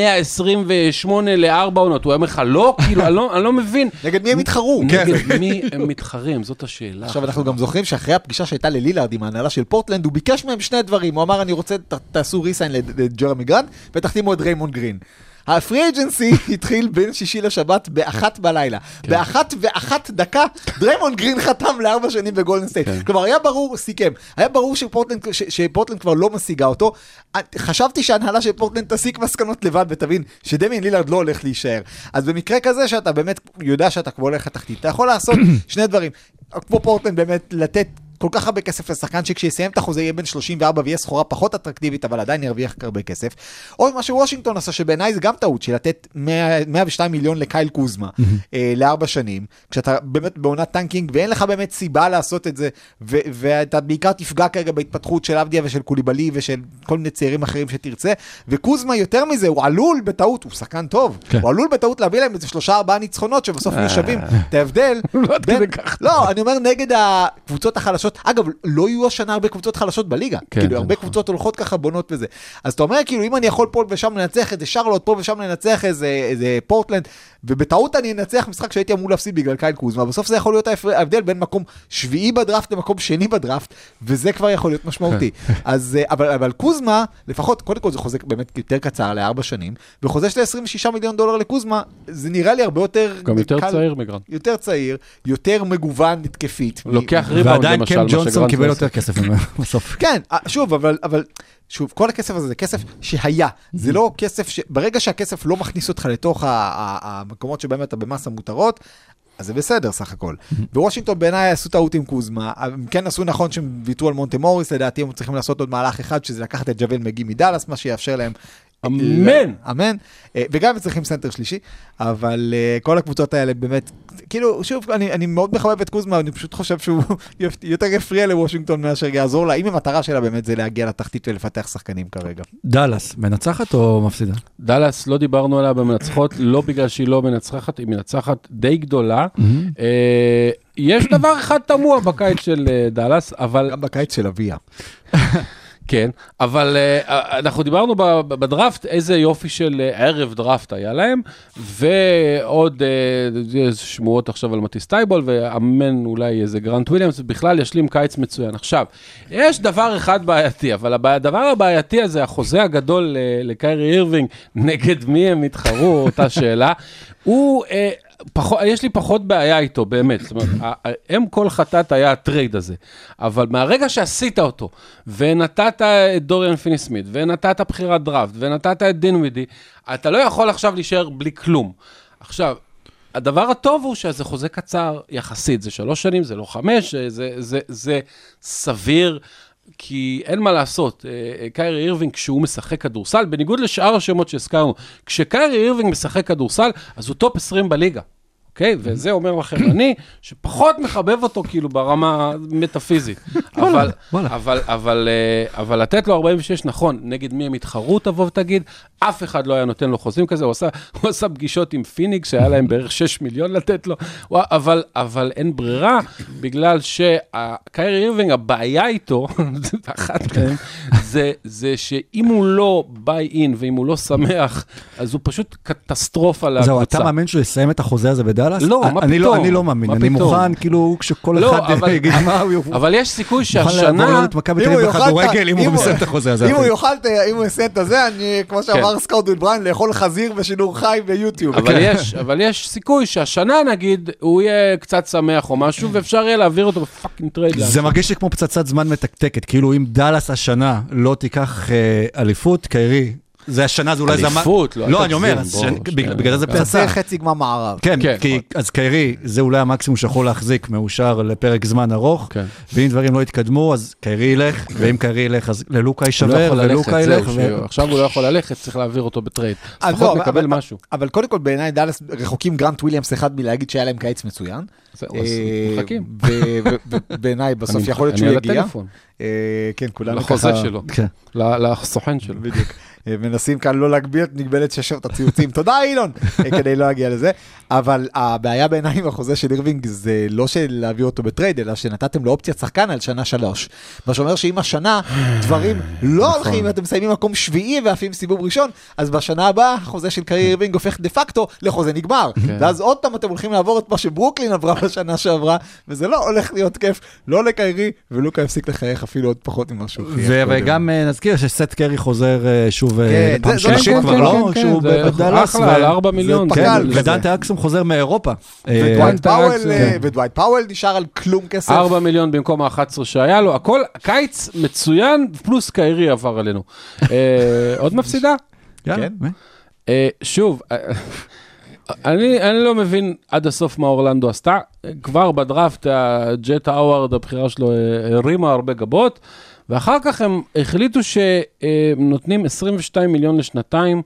128 ל4 עונות, הוא אומר לך, לא, כאילו, אני לא מבין. נגד מי הם מתחרו? נגד מי הם מתחרים, זאת השאלה. עכשיו, אנחנו גם זוכרים שאחרי הפגישה שהייתה ללילארד עם ההנהלה של פורטלנד, הוא ביקש מהם 2 דברים. הוא אמר, אני רוצה, תעשו ריסיין לג'רמי גרנט, ותחתימו את ריימונד גרין. הפרי אג'נסי התחיל בין שישי לשבת ב1 בלילה. ב1:01 דקה, דריימונד גרין חתם ל4 שנים בגולדן סטייט. כלומר, היה ברור, סיכם, היה ברור שפורטלנד כבר לא משיגה אותו. חשבתי שההנהלה של פורטלנד תסיק מסקנות לבד, ותבין שדמיין לילארד לא הולך להישאר. אז במקרה כזה שאתה באמת יודע שאתה כבר הולך לתחתית, אתה יכול לעשות 2 דברים. כמו פורטלנד באמת לתת כל כך הרבה כסף לשחקן שכשיסיים את החוזה יהיה בין 34 ויהיה סחורה פחות אטרקטיבית, אבל עדיין ירוויח הרבה כסף. עוד מה שוושינגטון עשה, שבעיניי זה גם טעות, של לתת 102 מיליון לקייל קוזמה ל4 שנים, כשאתה באמת בעונת טנקינג, ואין לך באמת סיבה לעשות את זה, ואתה בעיקר תפגע כרגע בהתפתחות של אבדיה ושל קוליבלי ושל כל מיני צעירים אחרים שתרצה, וקוזמה יותר מזה, הוא עלול בטעות, הוא שחקן טוב, הוא עלול בטעות להביא להם איזה 3-4 ניצחונות שבסוף יהיו שווים את ההבדל. לא, אני אומר נגד הקבוצות החלשות, אגב, לא יהיו השנה הרבה קבוצות חלשות בליגה, כאילו הרבה קבוצות הולכות ככה בונות וזה. אז אתה אומר, כאילו, אם אני יכול פה ושם לנצח איזה שרלוט, פה ושם לנצח איזה פורטלנד, ובטעות אני אנצח משחק שהייתי אמור להפסיד בגלל קייל קוזמה, בסוף זה יכול להיות ההבדל בין מקום 7 בדראפט למקום 2 בדראפט, וזה כבר יכול להיות משמעותי. אז, אבל קוזמה, לפחות, קודם כל זה חוזה באמת יותר קצר ל4 שנים, וחוזה של $26 מיליון לקוזמה, זה נראה לי הרבה יותר... גם יותר צעיר מגרנט. יותר צעיר, יותר מגוון התקפית. לוקח ריבאונד ועדיין למשל, קם מה ג'ונסון שגרנט קיבל עושה. יותר כסף בסוף. כן, שוב, אבל שוב, כל הכסף הזה זה כסף שהיה. זה לא כסף ברגע שהכסף לא מכניס אותך לתוך המקומות שבהם אתה במסה מותרות, אז זה בסדר סך הכל. בוושינגטון בעיניי עשו טעות עם קוזמה, הם כן עשו נכון שהם ויתרו על מונטה מוריס, לדעתי הם צריכים לעשות עוד מהלך אחד, שזה לקחת את ג'וול מגי מדלס, מה שיאפשר להם... אמן! אמן. וגם צריכים סנטר שלישי, אבל כל הקבוצות האלה באמת, כאילו, שוב, אני מאוד מחבב את קוזמה, אני פשוט חושב שהוא יותר יפריע לוושינגטון מאשר יעזור לה, אם המטרה שלה באמת זה להגיע לתחתית ולפתח שחקנים כרגע. דלס, מנצחת או מפסידה? דלס, לא דיברנו עליה במנצחות, לא בגלל שהיא לא מנצחת, היא מנצחת די גדולה. יש דבר אחד תמוה בקיץ של דלס, אבל... גם בקיץ של אביה. כן, אבל אנחנו דיברנו בדראפט, איזה יופי של ערב דראפט היה להם, ועוד שמועות עכשיו על מטיס טייבול, ואמן אולי איזה גרנט וויליאמס, בכלל ישלים קיץ מצוין. עכשיו, יש דבר אחד בעייתי, אבל הדבר הבעייתי הזה, החוזה הגדול לקיירי אירווינג, נגד מי הם התחרו, אותה שאלה, הוא... יש לי פחות בעיה איתו, באמת. זאת אומרת, כל חטאת היה הטרייד הזה. אבל מהרגע שעשית אותו, ונתת את דוריאן פיני סמית, ונתת בחירת דראפט, ונתת את דין ווידי, אתה לא יכול עכשיו להישאר בלי כלום. עכשיו, הדבר הטוב הוא שזה חוזה קצר יחסית. זה 3 שנים, זה לא 5, זה סביר, כי אין מה לעשות. קיירי אירווינג, כשהוא משחק כדורסל, בניגוד לשאר השמות שהזכרנו, כשקיירי אירווינג משחק כדורסל, אז הוא טופ 20 בליגה. אוקיי? וזה אומר לכם אני, שפחות מחבב אותו כאילו ברמה מטאפיזית. אבל לתת לו 46, נכון, נגד מי הם התחרו, תבוא ותגיד, אף אחד לא היה נותן לו חוזים כזה, הוא עשה פגישות עם פיניק, שהיה להם בערך 6 מיליון לתת לו, אבל אין ברירה, בגלל שקיירי אירווינג, הבעיה איתו, אחת מהם, זה שאם הוא לא ביי אין, ואם הוא לא שמח, אז הוא פשוט קטסטרופה לקבוצה. זהו, אתה מאמין שהוא יסיים את החוזה הזה בדלס? לא, מה פתאום? אני לא מאמין, אני מוכן, כאילו, כשכל אחד יגיד מה הוא יוכל... אבל יש סיכוי מוכן שהשנה... לעבור להיות מכבי תל אביב בכדורגל, אם הוא מסיים את החוזה הזה. אם הוא יסיים את הזה, אני, כמו שאמר סקוט וילבריין, לאכול חזיר בשידור חי ביוטיוב. אבל יש סיכוי שהשנה, נגיד, הוא יהיה קצת שמח או משהו, ואפשר יהיה להעביר אותו בפאקינג טרייד. זה מרגיש לי כמו פצצת זמן מתקתקת, כאילו אם דלס השנה לא תיקח אליפות, קיירי, זה השנה, זה אולי זה... אליפות, לא, אני אומר, בגלל זה פצצה. זה חצי גמר מערב. כן, אז קיירי, זה אולי המקסימום שיכול להחזיק מאושר לפרק זמן ארוך, ואם דברים לא יתקדמו, אז קיירי ילך, ואם קיירי ילך, אז ללוקה יישבר, ולוקה ילך. עכשיו הוא לא יכול ללכת, צריך להעביר אותו בטרייד. לפחות מקבל משהו. אבל קודם כל, בעיניי דלס רחוקים גרנט וויליאמס אחד מלהגיד שהיה להם קיץ מצוין. מחכים. ובעיניי בסוף יכול להיות שהוא יגיע. כן, כולנו ככה. לחוזה שלו. לסוכן שלו. בדיוק. מנסים כאן לא להגביל את מגבלת ששרת הציוצים. תודה אילון, כדי לא להגיע לזה. אבל הבעיה בעיניי עם החוזה של אירווינג זה לא של להביא אותו בטרייד, אלא שנתתם לו אופציית שחקן על שנה 3. מה שאומר שאם השנה דברים לא הולכים, אתם מסיימים מקום 7 ואפים סיבוב ראשון, אז בשנה הבאה החוזה של קיירי אירווינג הופך דה פקטו לחוזה נגמר. ואז עוד פעם אתם הולכים לעבור את מה שברוקלין עברה בשנה שעברה, וזה לא הולך להיות כיף, לא לקיירי, ולוקה הפסיק לחייך אפילו עוד פחות ממשהו. וגם נזכיר שסט קרי חוזר שוב פעם שלישית כבר לא, כשהוא בדלס. אחלה, על 4 מיליון. ודנטה אקסום חוזר מאירופה. ודווייט פאוול נשאר על כלום כסף. 4 מיליון במקום ה-11 שהיה לו. הכל קיץ מצוין, פלוס קיירי עבר עלינו. עוד מפסידה? כן. שוב, אני לא מבין עד הסוף מה אורלנדו עשתה. כבר בדראפט, הג'ט האווארד, הבחירה שלו, הרימה הרבה גבות, ואחר כך הם החליטו שנותנים 22 מיליון לשנתיים,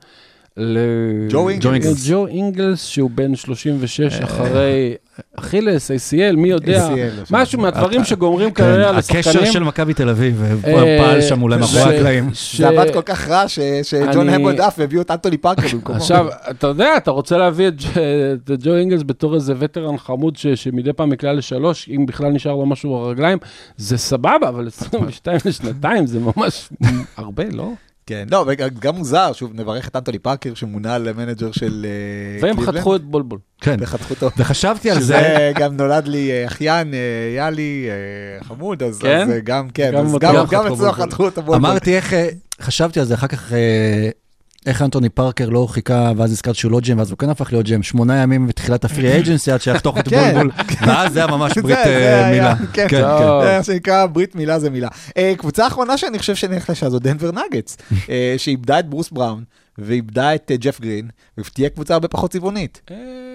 ג'ו אינגלס, שהוא בן 36 אחרי אכילס, ACL, מי יודע, משהו מהדברים שגומרים קריירה לשחקנים. הקשר של מכבי תל אביב, פעל שם אולי מאחורי הקלעים. זה עבד כל כך רע שג'ון המונד אף והביאו את אנטוני פארקר במקומו. עכשיו, אתה יודע, אתה רוצה להביא את ג'ו אינגלס בתור איזה וטרן חמוד שמדי פעם מקלה לשלוש, אם בכלל נשאר לו משהו ברגליים, זה סבבה, אבל 22 לשנתיים זה ממש הרבה, לא? כן, לא, וגם מוזר, שוב, נברך את אנטוני פארקר שמונה למנג'ר של והם חתכו את בולבול. כן, וחתכו אותו. וחשבתי על זה. שזה גם נולד לי אחיין, יאלי, חמוד, אז גם, כן, גם אצלו חתכו את הבולבול. אמרתי חשבתי על זה, אחר כך איך אנטוני פארקר לא חיכה, ואז הזכרת שהוא לא ג'ם, ואז הוא כן הפך להיות ג'ם, 8 ימים בתחילת הפרי אייג'נסי, עד שיחתוך את בולבול, ואז זה היה ממש ברית מילה. כן, זה שנקרא ברית מילה זה מילה. קבוצה האחרונה שאני חושב שנחלשה זו דנבר נאגטס, שאיבדה את ברוס בראון, ואיבדה את ג'ף גרין, ותהיה קבוצה הרבה פחות צבעונית.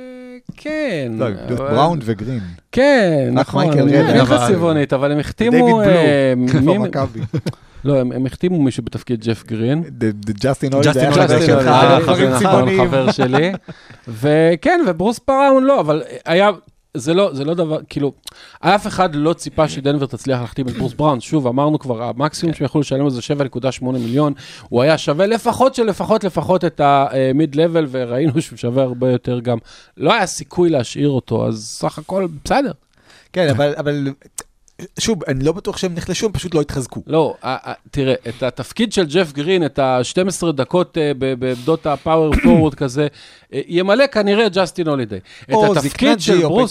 כן. בראון וגרין. כן, נכון. אני מבין צבעונית, אבל הם החתימו... דיוויד בלו, מכבי. לא, הם החתימו מישהו בתפקיד ג'ף גרין. ג'סטין אולי, זה היה חבר שלי. וכן, וברוס בראון לא, אבל היה, זה לא דבר, כאילו, אף אחד לא ציפה שדנבר תצליח להחתים את ברוס בראון. שוב, אמרנו כבר, המקסימום שיכולו לשלם על זה 7.8 מיליון, הוא היה שווה לפחות את המיד-לבל, וראינו שהוא שווה הרבה יותר גם. לא היה סיכוי להשאיר אותו, אז סך הכל בסדר. כן, אבל... שוב, אני לא בטוח שהם נחלשו, הם פשוט לא התחזקו. לא, תראה, את התפקיד של ג'ף גרין, את ה-12 דקות בעמדות הפאוור פורוורד כזה, ימלא כנראה ג'סטין הולידיי. את התפקיד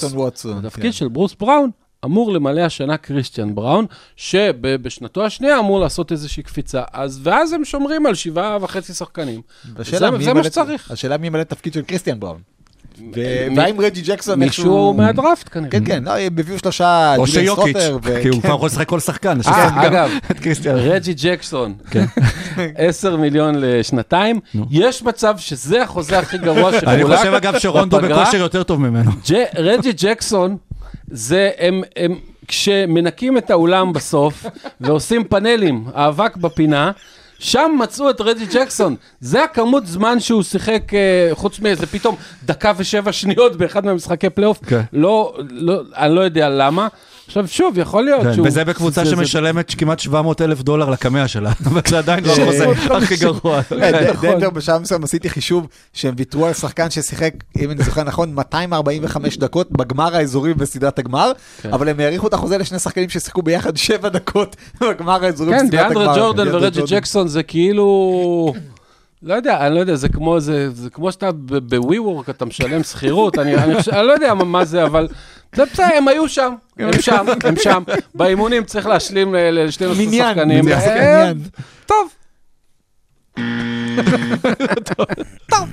של ברוס בראון, אמור למלא השנה קריסטיאן בראון, שבשנתו השנייה אמור לעשות איזושהי קפיצה. ואז הם שומרים על 7.5 שחקנים. זה מה שצריך. השאלה מי מלא תפקיד של קריסטיאן בראון. והאם רג'י ג'קסון מישהו מהדראפט כנראה. כן, כן, הם הביאו 3 או שיוקיץ', כי הוא כבר יכול לשחק כל שחקן. אגב, רג'י ג'קסון, 10 מיליון לשנתיים, יש מצב שזה החוזה הכי גרוע שחולק. אני חושב אגב שרונדו בכושר יותר טוב ממנו. רג'י ג'קסון, זה הם כשמנקים את האולם בסוף, ועושים פאנלים, האבק בפינה, שם מצאו את רג'י ג'קסון. זה הכמות זמן שהוא שיחק, חוץ מאיזה פתאום 1:07 באחד מהמשחקי פלייאוף. לא, אני לא יודע למה. עכשיו שוב, יכול להיות שהוא... וזה בקבוצה שמשלמת כמעט $700,000 לקמע שלה, אבל זה עדיין לא החוזה הכי גרוע. דנבר בשעה מסוים עשיתי חישוב שהם ויתרו על שחקן ששיחק, אם אני זוכר נכון, 245 דקות בגמר האזורי בסדרת הגמר, אבל הם העריכו את החוזה לשני שחקנים ששיחקו ביחד 7 דקות בגמר האזורי בסדרת הגמר. כן, דיאנדרה ג'ורדן ורג'י ג'קסון זה כאילו... לא יודע, אני לא יודע, זה כמו שאתה בווי-וורק, אתה משלם שכירות, אני לא יודע מה זה, אבל זה בסדר, הם היו שם, הם שם, באימונים צריך להשלים ל-12 שחקנים. טוב. טוב.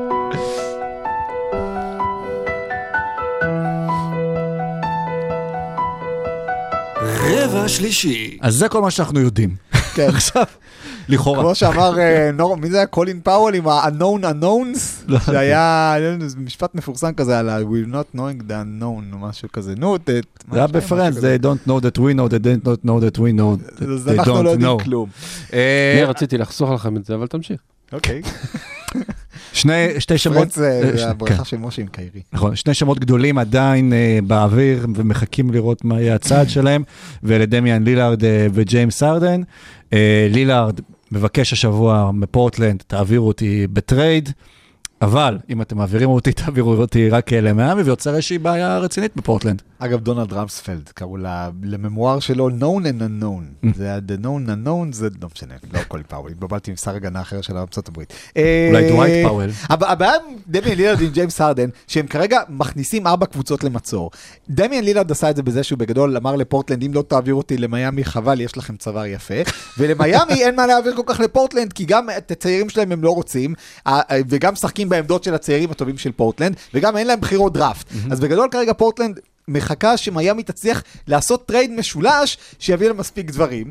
רבע שלישי. אז זה כל מה שאנחנו יודעים. כן. עכשיו, לכאורה. כמו שאמר, מי זה היה? קולין פאוול עם ה-unknown unknowns? זה היה משפט מפורסם כזה על ה-we're not knowing the unknown, או משהו כזה. נו, זה היה בפרנס, they don't know that we know, they don't know that we know, they אנחנו לא יודעים כלום. אני רציתי לחסוך לכם את זה, אבל תמשיך. אוקיי. שתי שמות... פרנס זה הברכה של משה עם קיירי. נכון, 2 שמות גדולים עדיין באוויר, ומחכים לראות מה יהיה הצעד שלהם, ולדמיאן לילארד וג'יימס הרדן. לילארד מבקש השבוע מפורטלנד, תעבירו אותי בטרייד, אבל אם אתם מעבירים אותי, תעבירו אותי רק למיאמי, ויוצר איזושהי בעיה רצינית בפורטלנד. אגב, דונלד רמספלד, קראו לממואר שלו known and unknown. זה היה the known unknown, זה לא משנה, לא כל פאוול. התבלבלתי עם שר הגנה אחר של ארצות הברית. אולי דווייט פאוול. הבעיה עם דמיאן לילארד עם ג'יימס הרדן, שהם כרגע מכניסים 4 קבוצות למצור. דמיאן לילארד עשה את זה בזה שהוא בגדול אמר לפורטלנד, אם לא תעביר אותי למיאמי, חבל, יש לכם צוואר יפה. ולמיאמי אין מה להעביר כל כך לפורטלנד, כי גם את הצעירים שלהם הם לא רוצים, וגם משחקים בעמדות של הצעירים הטובים של פורטלנד, וגם אין להם בחירות דראפט. אז בגדול כרגע פורטלנד מחכה שמיאמי תצליח לעשות טרייד משולש שיביא לה מספיק דברים,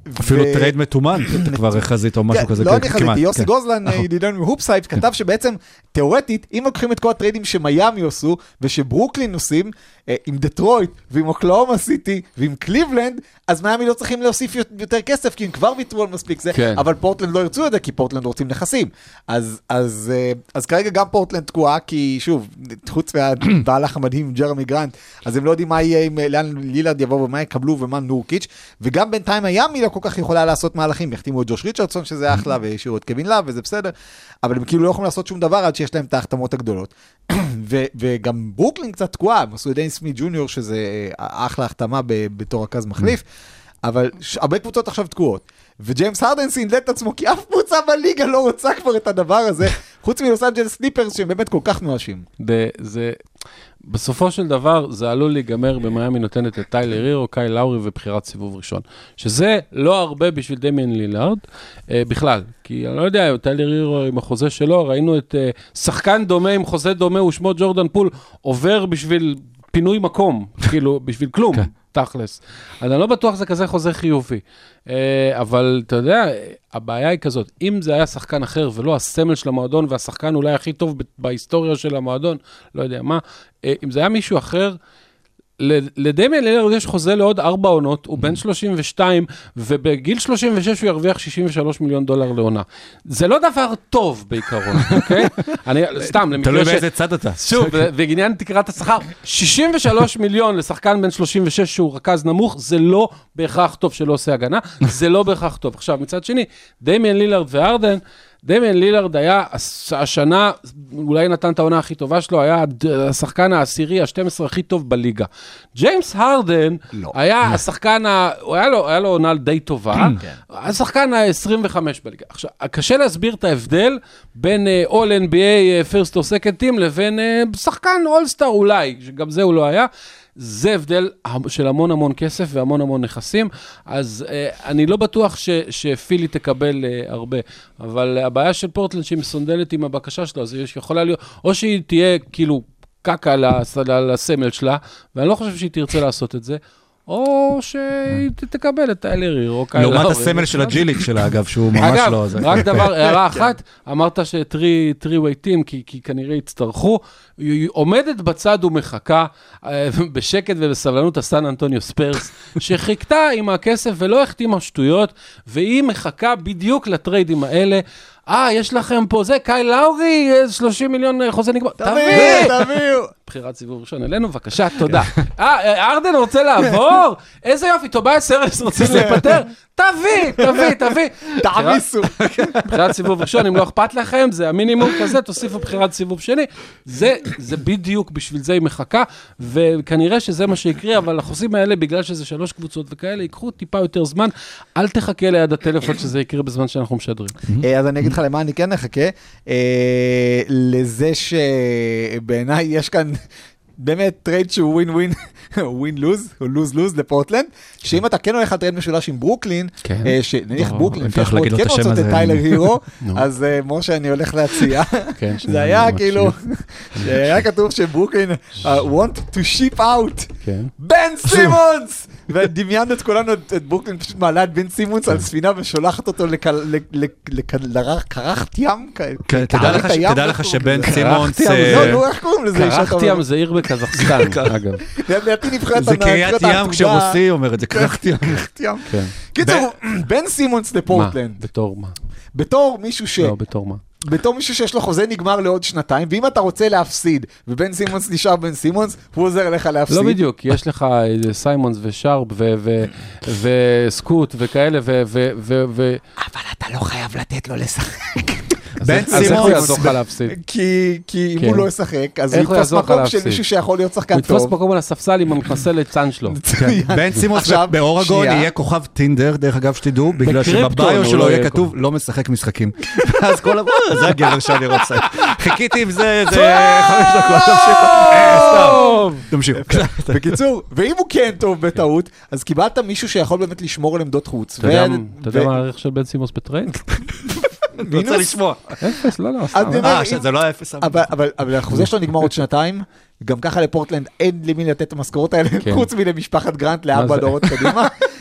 אפילו טרייד מתומן, כבר חזית או משהו כזה. לא אני חזיתי, יוסי גוזלן, ידידנו מהופסייט, כתב שבעצם, תיאורטית, אם לוקחים את כל הטריידים שמיימי עשו, ושברוקלין עושים, עם דטרויט, ועם אוקלאומה סיטי, ועם קליבלנד, אז מיימי לא צריכים להוסיף יותר כסף, כי הם כבר ויתרו על מספיק זה, אבל פורטלנד לא ירצו את זה, כי פורטלנד רוצים נכסים. אז כרגע גם פורטלנד תקועה, כי שוב, חוץ מהבעלך המדהים, ג'רמי גרנט, אז הם לא יודעים מה יהיה, לאן לילארד יבוא ומה יקבלו ומה נורקיץ', וגם בינתיים מיימי לא כל כך יכולה לעשות מהלכים, יחתימו את ג'וש ריצ'רדסון שזה אחלה, וישאירו את קווין לאב וזה בסדר, אבל הם כאילו לא יכולים לעשות שום דבר עד שיש להם את ההחתמות הגדולות. וגם ברוקלין קצת תקועה, הם עשו את דיין סמית ג'וניור, שזה אחלה החתמה בתור רכז מחליף, אבל הרבה קבוצות עכשיו תקועות. וג'יימס הרדן סינדל את עצמו, כי אף קבוצה בליגה לא רוצה כבר את הדבר הזה, חוץ מלוס אנג'לס קליפרס, שהם באמת כל כך נואשים. בסופו של דבר, זה עלול להיגמר במיימי נותנת את טיילר הירו, קייל לאורי ובחירת סיבוב ראשון. שזה לא הרבה בשביל דמיין לילארד, בכלל. כי אני לא יודע, טיילר הירו עם החוזה שלו, ראינו את שחקן דומה עם חוזה דומה, ושמו ג'ורדן פול, עובר בשביל פינוי מקום, כאילו, בשביל כלום. תכלס. אז אני לא בטוח זה כזה חוזה חיובי. אבל אתה יודע, הבעיה היא כזאת, אם זה היה שחקן אחר ולא הסמל של המועדון, והשחקן אולי הכי טוב בהיסטוריה של המועדון, לא יודע מה, אם זה היה מישהו אחר, לדמיין לילארד יש חוזה לעוד 4 עונות, הוא בן 32, ובגיל 36 הוא ירוויח $63 מיליון לעונה. זה לא דבר טוב בעיקרון, אוקיי? אני, סתם, תלוי באיזה צד אתה. שוב, ועניין תקרת השכר, 63 מיליון לשחקן בן 36 שהוא רכז נמוך, זה לא בהכרח טוב שלא עושה הגנה, זה לא בהכרח טוב. עכשיו, מצד שני, דמיין לילארד והרדן, דמיין לילארד היה השנה, אולי נתן את העונה הכי טובה שלו, היה השחקן העשירי, ה-12 הכי טוב בליגה. ג'יימס הרדן היה השחקן, היה לו עונה די טובה, השחקן ה-25 בליגה. עכשיו, קשה להסביר את ההבדל בין All NBA First or Second Team לבין שחקן All-Star אולי, שגם זה הוא לא היה. זה הבדל של המון המון כסף והמון המון נכסים, אז אני לא בטוח שפילי תקבל הרבה, אבל הבעיה של פורטלנד שהיא מסונדלת עם הבקשה שלו, אז היא יכולה להיות, או שהיא תהיה כאילו קקה לסמל שלה, ואני לא חושב שהיא תרצה לעשות את זה, או שהיא תקבל את טיילר הירו. לעומת הסמל של הג'יליק שלה, אגב, שהוא ממש לא... אגב, רק דבר, הערה אחת, אמרת שטרי טים, כי כנראה יצטרכו, היא עומדת בצד ומחכה, בשקט ובסבלנות הסן אנטוניו ספרס, שחיכתה עם הכסף ולא החתימה שטויות, והיא מחכה בדיוק לטריידים האלה, יש לכם פה זה, קייל לאורי, 30 מיליון חוזה נגמר. תביאו. בחירת סיבוב ראשון אלינו, בבקשה, תודה. ארדן רוצה לעבור? איזה יופי, טובייס ארז רוצים להיפטר? תביא. תעמיסו. בחירת סיבוב ראשון, אם לא אכפת לכם, זה המינימום כזה, תוסיפו בחירת סיבוב שני. זה בדיוק בשביל זה היא מחכה, וכנראה שזה מה שיקרה, אבל החוזים האלה, בגלל שזה 3 קבוצות וכאלה, ייקחו טיפה יותר זמן, אל תחכה ליד הטלפון שזה יקרה בזמן שאנחנו משדרים. אז אני אגיד לך למה אני כן נחכה, לזה שבעיניי יש כאן באמת טרייד שהוא ווין-ווין, ווין-לוז, או לוז-לוז לפורטלנד, שאם אתה כן הולך על טרייד משולש עם ברוקלין, שנניח ברוקלין, כן רוצות את טיילר הירו, אז משה אני הולך להציע, זה היה כאילו, היה כתוב שברוקלין want to ship out, בן סימונס! ודמיינו את כולנו, את ברוקלין פשוט מעלה את בן סימונס על ספינה ושולחת אותו לקרחת ים. תדע לך שבן סימונס... לא, איך קוראים לזה? קרחת ים זה עיר בקזחסטן, אגב. זה קריית ים כשרוסי אומר את זה, קרחת ים. קיצור, בן סימונס לפורטלנד. בתור מה? בתור מישהו ש... לא, בתור מה? בתור מישהו שיש לו חוזה נגמר לעוד 2 ואם אתה רוצה להפסיד, ובן סימונס נשאר בן סימונס, הוא עוזר לך להפסיד. לא בדיוק, יש לך סיימונס ושרפ וסקוט וכאלה, אבל אתה לא חייב לתת לו לשחק. בן סימונס, איך הוא יעזור לך להפסיד? כי אם הוא לא ישחק, אז הוא יתפוס מקום של מישהו שיכול להיות שחקן טוב. הוא יתפוס מקום על הספסל עם המתנסה ליצן שלו. בן סימונס באורגון יהיה כוכב טינדר, דרך אגב שתדעו, בגלל שבביו שלו יהיה כתוב לא משחק משחקים. אז כל זה הגבר שאני רוצה. חיכיתי עם זה 5 דקות. תמשיך. בקיצור, ואם הוא כן טוב בטעות, אז קיבלת מישהו שיכול באמת לשמור על עמדות חוץ. אתה יודע מה הערך של בן סימונס בטרייד? רוצה לשמוע. 0, לא. זה לא 0. אבל החוזה שלו נגמר עוד 2, גם ככה לפורטלנד אין למי לתת את המשכורות האלה, חוץ מלמשפחת גרנט ל4 דורות קדימה.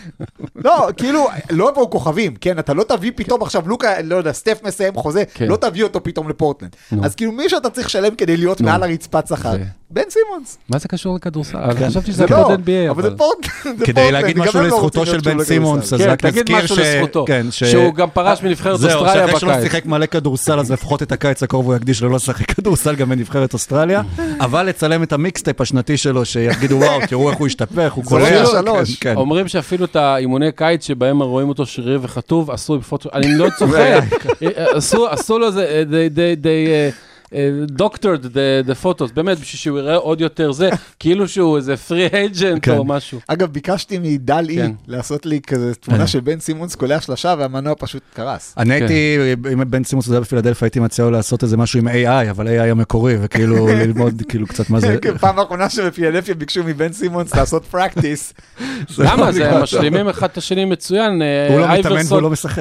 לא, כאילו, לא יבואו כוכבים, כן? אתה לא תביא פתאום עכשיו, לוקה, לא יודע, סטף מסיים חוזה, לא תביא אותו פתאום לפורטלנד. אז כאילו, מי שאתה צריך לשלם כדי להיות מעל הרצפת שכר? בן סימונס. מה זה קשור לכדורסל? אני חשבתי שזה פוד NBA, אבל זה פורטלנד. כדי להגיד משהו לזכותו של בן סימונס, אז רק נזכיר שהוא גם פרש מנבחרת אוסטרליה בקיץ. זהו, שאחרי שלא שיחק מלא כדורסל, אז לפחות את הקיץ הקרוב הוא יקדיש ללא לשחק כדורסל גם בנבחרת אוסטרליה, אבל לצלם את המיקסטייפ השנתי שלו, שיגידו וואו, תראו איך הוא השתפך, הוא קולע. אומרים שאפילו את האימוני קיץ שבהם רואים אותו שריר וחטוב, עשו בפוטו, אני לא צוחק, עשו לו זה, doctored the photos, באמת, בשביל שהוא יראה עוד יותר זה, כאילו שהוא איזה free agent או משהו. אגב, ביקשתי מדל-אי לעשות לי כזה תמונה של בן סימונס קולע שלושה, והמנוע פשוט קרס. אני הייתי, אם בן סימונס היה בפילדלפיה, הייתי מציע לו לעשות איזה משהו עם AI, אבל AI המקורי, וכאילו ללמוד כאילו קצת מה זה. פעם האחרונה שבפילדלפיה ביקשו מבן סימונס לעשות פרקטיס. למה? זה משלימים אחד את השני מצוין. הוא לא מתאמן והוא לא משחק.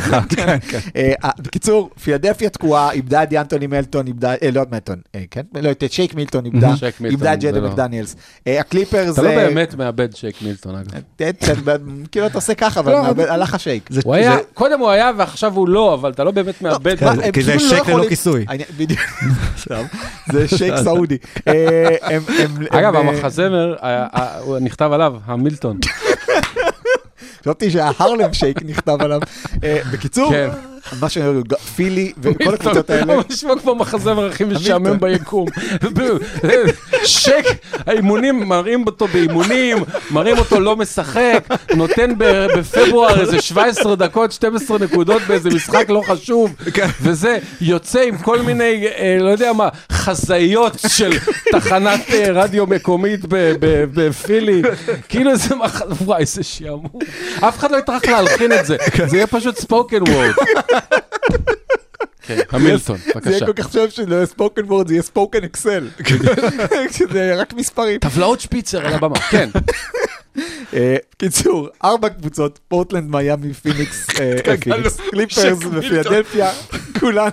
בקיצור, פילדלפיה תקועה, איבדה את דיאנטוני מלטון, לא את מלטון, כן? לא, את שייק מילטון איבדה את ג'יידן מקדניאלס. הקליפר זה... אתה לא באמת מאבד שייק מילטון, אגב. כאילו אתה עושה ככה, אבל הלך השייק. קודם הוא היה ועכשיו הוא לא, אבל אתה לא באמת מאבד. כי זה שייק ללא כיסוי. בדיוק. זה שייק סעודי. אגב, המחזמר, הוא נכתב עליו, המילטון. חשבתי שההרלם שייק נכתב עליו. בקיצור, מה שאני אומר, פילי וכל הקבוצות האלה. הוא נשמע כמו מחזמר הכי משעמם ביקום. שייק, האימונים, מראים אותו באימונים, מראים אותו לא משחק, נותן בפברואר איזה 17 דקות, 12 נקודות באיזה משחק לא חשוב, וזה יוצא עם כל מיני, לא יודע מה, חזאיות של תחנת רדיו מקומית בפילי, כאילו איזה וואי, זה שיעמום. אף אחד לא יתרח להלחין את זה, זה יהיה פשוט ספוקן וורד. המילטון, בבקשה. זה יהיה כל כך חושב שלא יהיה ספוקן וורד, זה יהיה ספוקן אקסל. זה רק מספרים. טבלאות שפיצר על הבמה, כן. קיצור, 4 קבוצות, פורטלנד, מיאמי, פיניקס, קליפרס ופילדלפיה, כולן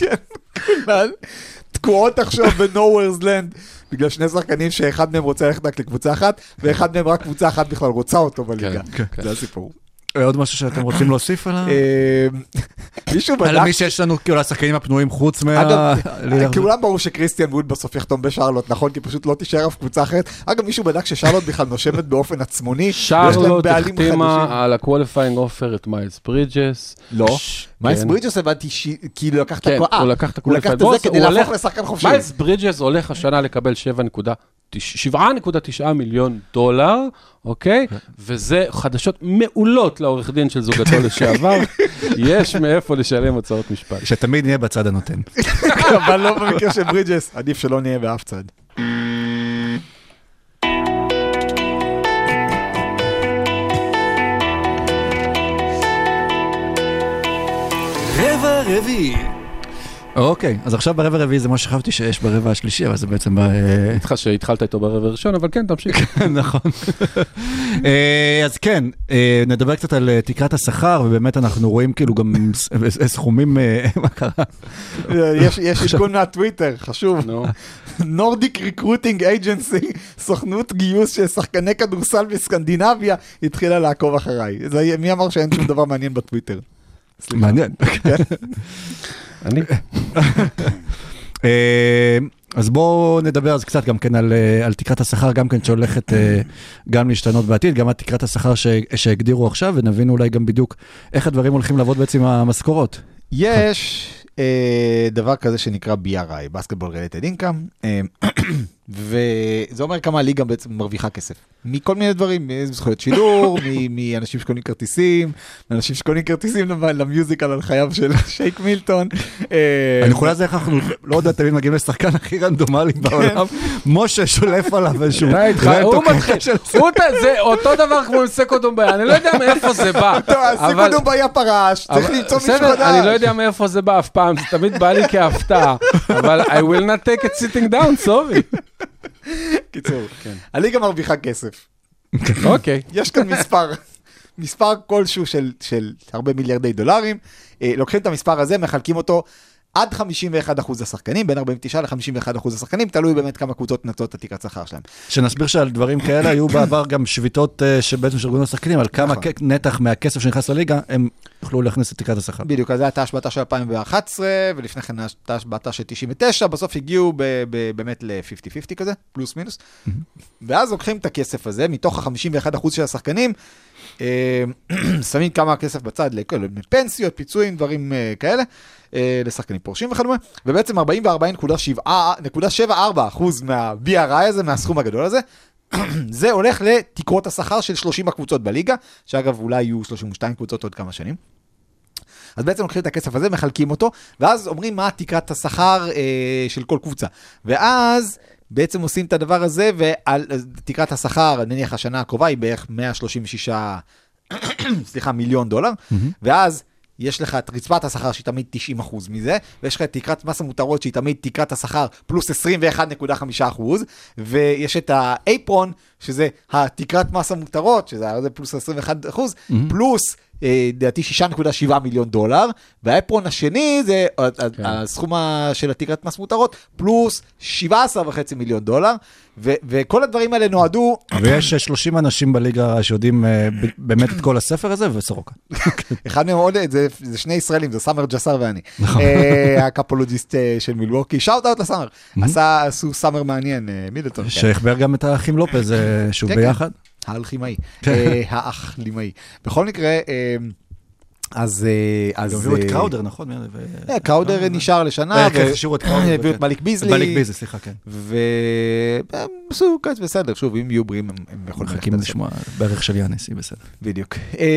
תקועות עכשיו ב-Nowhere's Land, בגלל שני שחקנים שאחד מהם רוצה ללכת רק לקבוצה אחת, ואחד מהם רק קבוצה אחת בכלל רוצה אותו בליגה. זה הסיפור. עוד משהו שאתם רוצים להוסיף עליו? מישהו בדק... על מי שיש לנו, כאילו, השחקנים הפנויים חוץ מה... אגב, כולם ברור שקריסטיאן ווד בסוף יחתום בשרלוט, נכון? כי פשוט לא תישאר אף קבוצה אחרת. אגב, מישהו בדק ששרלוט בכלל נושמת באופן עצמוני. שרלוט החתימה על ה-qualifying offer את מיילס ברידג'ס. לא. מיילס ברידג'ס הבנתי כאילו לקח את הוא לקח את זה כדי להפוך לשחקן חופשי. מיילס ברידג'ס הולך השנה לקבל 7.9 מיליון דולר, אוקיי? וזה חדשות מעולות לעורך דין של זוגתו לשעבר. יש מאיפה לשלם הוצאות משפט. שתמיד נהיה בצד הנותן. אבל לא במקרה של ברידג'ס, עדיף שלא נהיה באף צד. רבע רביעי. אוקיי, אז עכשיו ברבע רביעי זה מה שחשבתי שיש ברבע השלישי, אבל זה בעצם... איתך שהתחלת איתו ברבע ראשון, אבל כן, תמשיך. נכון. אז כן, נדבר קצת על תקרת השכר, ובאמת אנחנו רואים כאילו גם סכומים, מה קרה? יש עדכון מהטוויטר, חשוב. נורדיק ריקרוטינג אייג'נסי, סוכנות גיוס של שחקני כדורסל בסקנדינביה, התחילה לעקוב אחריי. מי אמר שאין שום דבר מעניין בטוויטר? מעניין. אני. אז בואו נדבר אז קצת גם כן על תקרת השכר, גם כן שהולכת גם להשתנות בעתיד, גם על תקרת השכר שהגדירו עכשיו, ונבין אולי גם בדיוק איך הדברים הולכים לעבוד בעצם המשכורות. יש דבר כזה שנקרא BRI, Basketball Related Income, וזה אומר כמה הליגה בעצם מרוויחה כסף. מכל מיני דברים, זכויות שידור, מאנשים שקונים כרטיסים, מאנשים שקונים כרטיסים למיוזיקל על חייו של שייק מילטון. אני חולה זה איך אנחנו, לא יודע, תמיד מגיעים לשחקן הכי רנדומלי בעולם, משה שולף עליו איזשהו... הוא מתחיל, זה אותו דבר כמו עם סקודום בעיה, אני לא יודע מאיפה זה בא. סקודום בעיה פרש, צריך למצוא מישהו חדש. אני לא יודע מאיפה זה בא אף פעם, זה תמיד בא לי כהפתעה, אבל I will not take it sitting down, sorry. קיצור, הליגה מרוויחה כסף. אוקיי. יש כאן מספר כלשהו של הרבה מיליארדי דולרים, לוקחים את המספר הזה, מחלקים אותו עד 51% השחקנים, בין 49 ל-51% השחקנים, תלוי באמת כמה קבוצות נתות את התקרת שכר שלהם. שנסביר שעל דברים כאלה היו בעבר גם שביתות שבעצם שארגנו השחקנים, על כמה נתח מהכסף שנכנס לליגה, הם יוכלו להכניס את תקרת השכר. בדיוק, אז זה הייתה השבטה של 2011, ולפני כן הייתה השבטה של 99, בסוף הגיעו באמת ל-50-50 כזה, פלוס מינוס, ואז לוקחים את הכסף הזה, מתוך ה-51% של השחקנים, שמים כמה כסף בצד, לפנסיות, פיצויים, דברים כאלה, לשחקנים פורשים וכדומה, ובעצם 44.74% מה-BRI הזה, מהסכום הגדול הזה, זה הולך לתקרות השכר של 30 הקבוצות בליגה, שאגב אולי יהיו 32 קבוצות עוד כמה שנים. אז בעצם לוקחים את הכסף הזה, מחלקים אותו, ואז אומרים מה תקרת השכר של כל קבוצה. ואז בעצם עושים את הדבר הזה, ועל תקרת השכר, נניח השנה הקרובה, היא בערך 136 מיליון דולר, ואז יש לך את רצפת השכר שהיא תמיד 90% מזה, ויש לך את תקרת מס המותרות שהיא תמיד תקרת השכר פלוס 21.5%, ויש את האפרון, שזה התקרת מס המותרות, שזה פלוס 21%, פלוס דעתי 6.7 מיליון דולר, והאפרון השני זה הסכום של התקרת מס מותרות, פלוס 17.5 מיליון דולר, וכל הדברים האלה נועדו... ויש 30 אנשים בליגה שיודעים באמת את כל הספר הזה, וסורוקה. אחד מהם עוד, זה שני ישראלים, זה סאמר ג'סר ואני. הקפולוגיסט של מילווקי, שאוט אאוט לסאמר. עשו סאמר מעניין, מידלטון. שהחבר גם את האחים לופז, שוב ביחד. האלכימאי, האחלימאי. בכל מקרה, אז... הביאו את קראודר, נכון? קראודר נשאר לשנה, והביאו את מליק ביזלי. מליק ביזלי, סליחה, כן. ועשו קץ בסדר, שוב, אם יהיו בריאים, הם יכולים מחכים לשמוע בערך של יאנס, היא בסדר. בדיוק.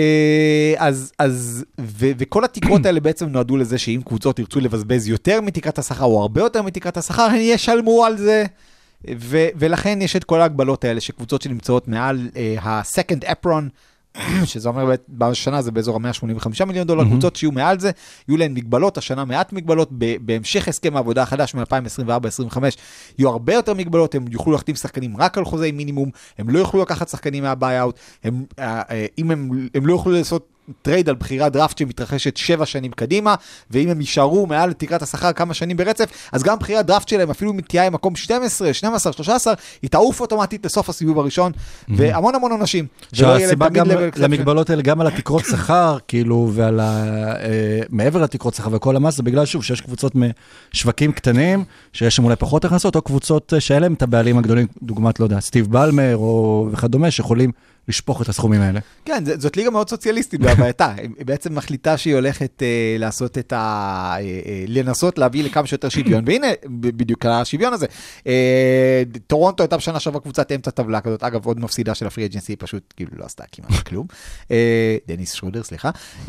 וכל התקרות האלה בעצם נועדו לזה שאם קבוצות ירצו לבזבז יותר מתקרת השכר, או הרבה יותר מתקרת השכר, הן ישלמו על זה. ולכן יש את כל ההגבלות האלה, שקבוצות שנמצאות מעל ה-second apron, שזה אומר בשנה זה באזור ה-185 מיליון דולר, קבוצות שיהיו מעל זה, יהיו להן מגבלות, השנה מעט מגבלות, בהמשך הסכם העבודה החדש מ-2024-2025, יהיו הרבה יותר מגבלות, הם יוכלו להחתים שחקנים רק על חוזי מינימום, הם לא יוכלו לקחת שחקנים מהביי-אוט, אם הם לא יוכלו לעשות טרייד על בחירת דראפט שמתרחשת 7 שנים קדימה, ואם הם יישארו מעל תקרת השכר כמה שנים ברצף, אז גם בחירת דראפט שלהם אפילו מתהיה עם מקום 12, 12, 13, היא תעוף אוטומטית לסוף הסיבוב הראשון, והמון המון אנשים. שהסיבה גם למגבלות האלה, גם על התקרות שכר, כאילו, ועל מעבר לתקרות שכר וכל המס, זה בגלל שוב שיש קבוצות משווקים קטנים, שיש שם אולי פחות הכנסות, או קבוצות שאלה הם את הבעלים הגדולים, דוגמת, לא יודע, סטיב בלמר או וכדומה, שיכולים לשפוך את הסכומים האלה. כן, זאת ליגה מאוד סוציאליסטית בהווייתה. היא בעצם מחליטה שהיא הולכת לעשות את לנסות להביא לכמה שיותר שוויון, והנה בדיוק השוויון הזה. טורונטו הייתה בשנה שעברה קבוצת אמצע טבלה כזאת, אגב עוד מפסידה של הפרי אג'נסי, פשוט כאילו לא עשתה כמעט כלום. דניס שרודר, סליחה.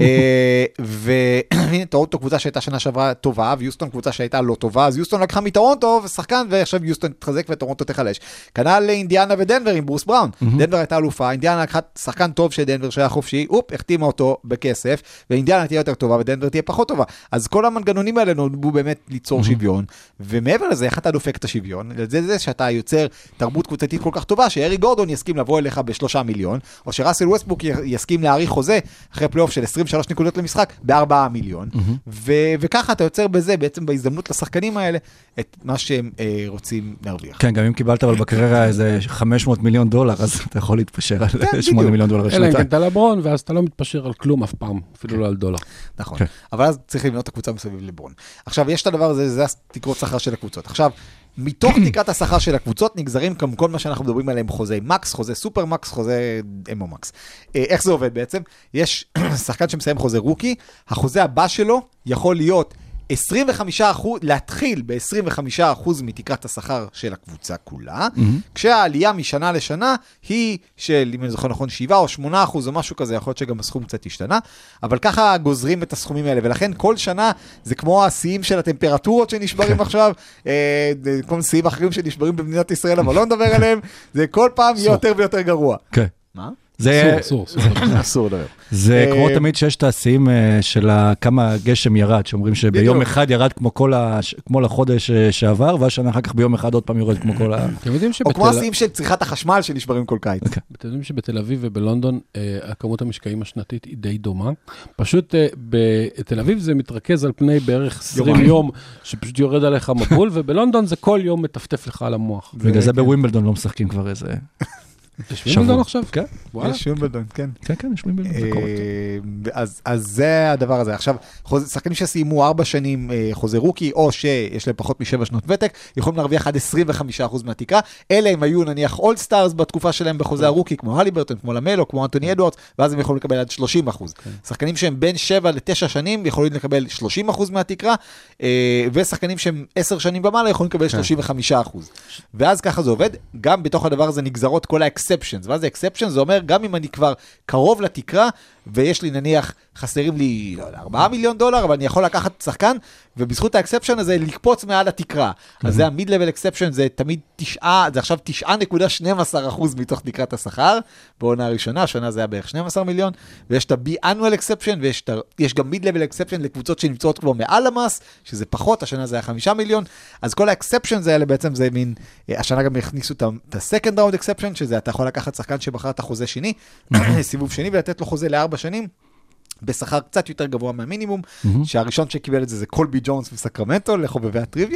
והנה טורונטו קבוצה שהייתה שנה שעברה טובה, ויוסטון קבוצה שהייתה לא טובה, אז יוסטון לקחה מטורונטו ושחקן, ועכשיו יוסטון תחזק וטורונטו תחלש. כנ"ל לאינדיאנה ודנבר עם ברוס בראון. דנבר הייתה אלופה, אינדיאנה לקחת שחקן טוב של דנבר שהיה חופשי, החתימה אותו בכסף, ואינדיאנה תהיה יותר טובה ודנבר תהיה פחות טובה. אז כל המנגנונים האלה נולדו באמת ליצור שוויון, ומעבר לזה, איך אתה דופק את השוויון? זה שאתה יוצר תרבות קבוצתית כל כך טובה, שארי גורדון יסכים לבוא אליך ב3 מיליון, או שראסל ווסטברוק יסכים להאריך חוזה אחרי פלייאוף של 23 נקודות למשחק ב4 מיליון, וככה אתה יוצר בזה, בעצם בהזדמנות לשחקנים האלה, את מה שהם רוצים להרוויח. כן, גם אם קיבלת אבל בקריירה איזה 500 מיליון דולר, אז אתה יכול להתפשר על 8 מיליון דולר אלא אם כן אתה לברון, ואז אתה לא מתפשר על כלום אף פעם, אפילו לא על דולר. נכון, אבל אז צריך לבנות את הקבוצה מסביב לברון. עכשיו, יש את הדבר הזה, זה התקרות שכר של הקבוצות. עכשיו, מתוך תקרת השכר של הקבוצות נגזרים כמו כל מה שאנחנו מדברים עליהם, חוזי מקס, חוזה סופר מקס, חוזה אמו מקס. איך זה עובד בעצם? יש שחקן שמסיים חוזה רוקי, החוזה הבא שלו יכול להיות 25%, להתחיל ב-25% מתקרת השכר של הקבוצה כולה, כשהעלייה משנה לשנה היא של, אם אני זוכר נכון, 7 או 8% או משהו כזה, יכול להיות שגם הסכום קצת השתנה, אבל ככה גוזרים את הסכומים האלה, ולכן כל שנה זה כמו השיאים של הטמפרטורות שנשברים עכשיו, כל שיאים אחרים שנשברים במדינת ישראל, אבל לא נדבר עליהם, זה כל פעם יהיה יותר ויותר גרוע. כן. מה? זה אסור. אסור לדבר. זה כמו תמיד שיש את השיאים של כמה גשם ירד, שאומרים שביום אחד ירד כמו לחודש שעבר, והשנה אחר כך ביום אחד עוד פעם יורד כמו כל ה... או כמו השיאים של צריכת החשמל שנשברים כל קיץ. אתם יודעים שבתל אביב ובלונדון, הכמות המשקעים השנתית היא די דומה. פשוט בתל אביב זה מתרכז על פני בערך 20 יום, שפשוט יורד עליך מבול, ובלונדון זה כל יום מטפטף לך על המוח. בגלל זה בווימבלדון לא משחקים כבר איזה... יש ווימבלדון עכשיו? כן. יש ווימבלדון, כן. כן, יש ווימבלדון, זה קורה. אז זה הדבר הזה. עכשיו, שחקנים שסיימו 4 שנים חוזה רוקי, או שיש להם פחות מ7 שנות ותק, יכולים להרוויח עד 25% מהתקרה, אלא הם היו נניח אולד סטארס בתקופה שלהם בחוזה הרוקי, כמו הליברטון, כמו למלו, כמו אנטוני אדוארדס, ואז הם יכולים לקבל עד 30%. שחקנים שהם בין 7 ל9 שנים יכולים לקבל 30% מהתקרה, ושחקנים שהם 10 שנים במעלה יכולים לקבל 35%. ואז ככה זה עובד. גם בתוך הדבר הזה נגזרות כל ה-exceptions. ואז ה-exceptions זה אומר, גם אם אני כבר קרוב לתקרה, ויש לי נניח, חסרים לי, לא יודע, $4 מיליון, אבל אני יכול לקחת שחקן, ובזכות ה-exception הזה לקפוץ מעל התקרה. אז זה ה-mid-level exception, זה תמיד 9, זה עכשיו 9.12% מתוך תקרת השכר, בעונה הראשונה, השנה זה היה בערך 12 מיליון, ויש את ה-B-annual exception, ויש גם mid-level exception לקבוצות שנמצאות כבר מעל המס, שזה פחות, השנה זה היה 5 מיליון, אז כל ה-exceptions האלה בעצם זה מין, השנה גם הכניסו את ה-second round exception, שזה אתה יכול לקחת שחקן שבחר את החוזה שני, סיבוב שני, ולתת לו חוזה ל4 שנים, בשכר קצת יותר גבוה מהמינימום, שהראשון שקיבל את זה קולבי ג'ונס וסקרמנטו, לחובבי הטריוויה.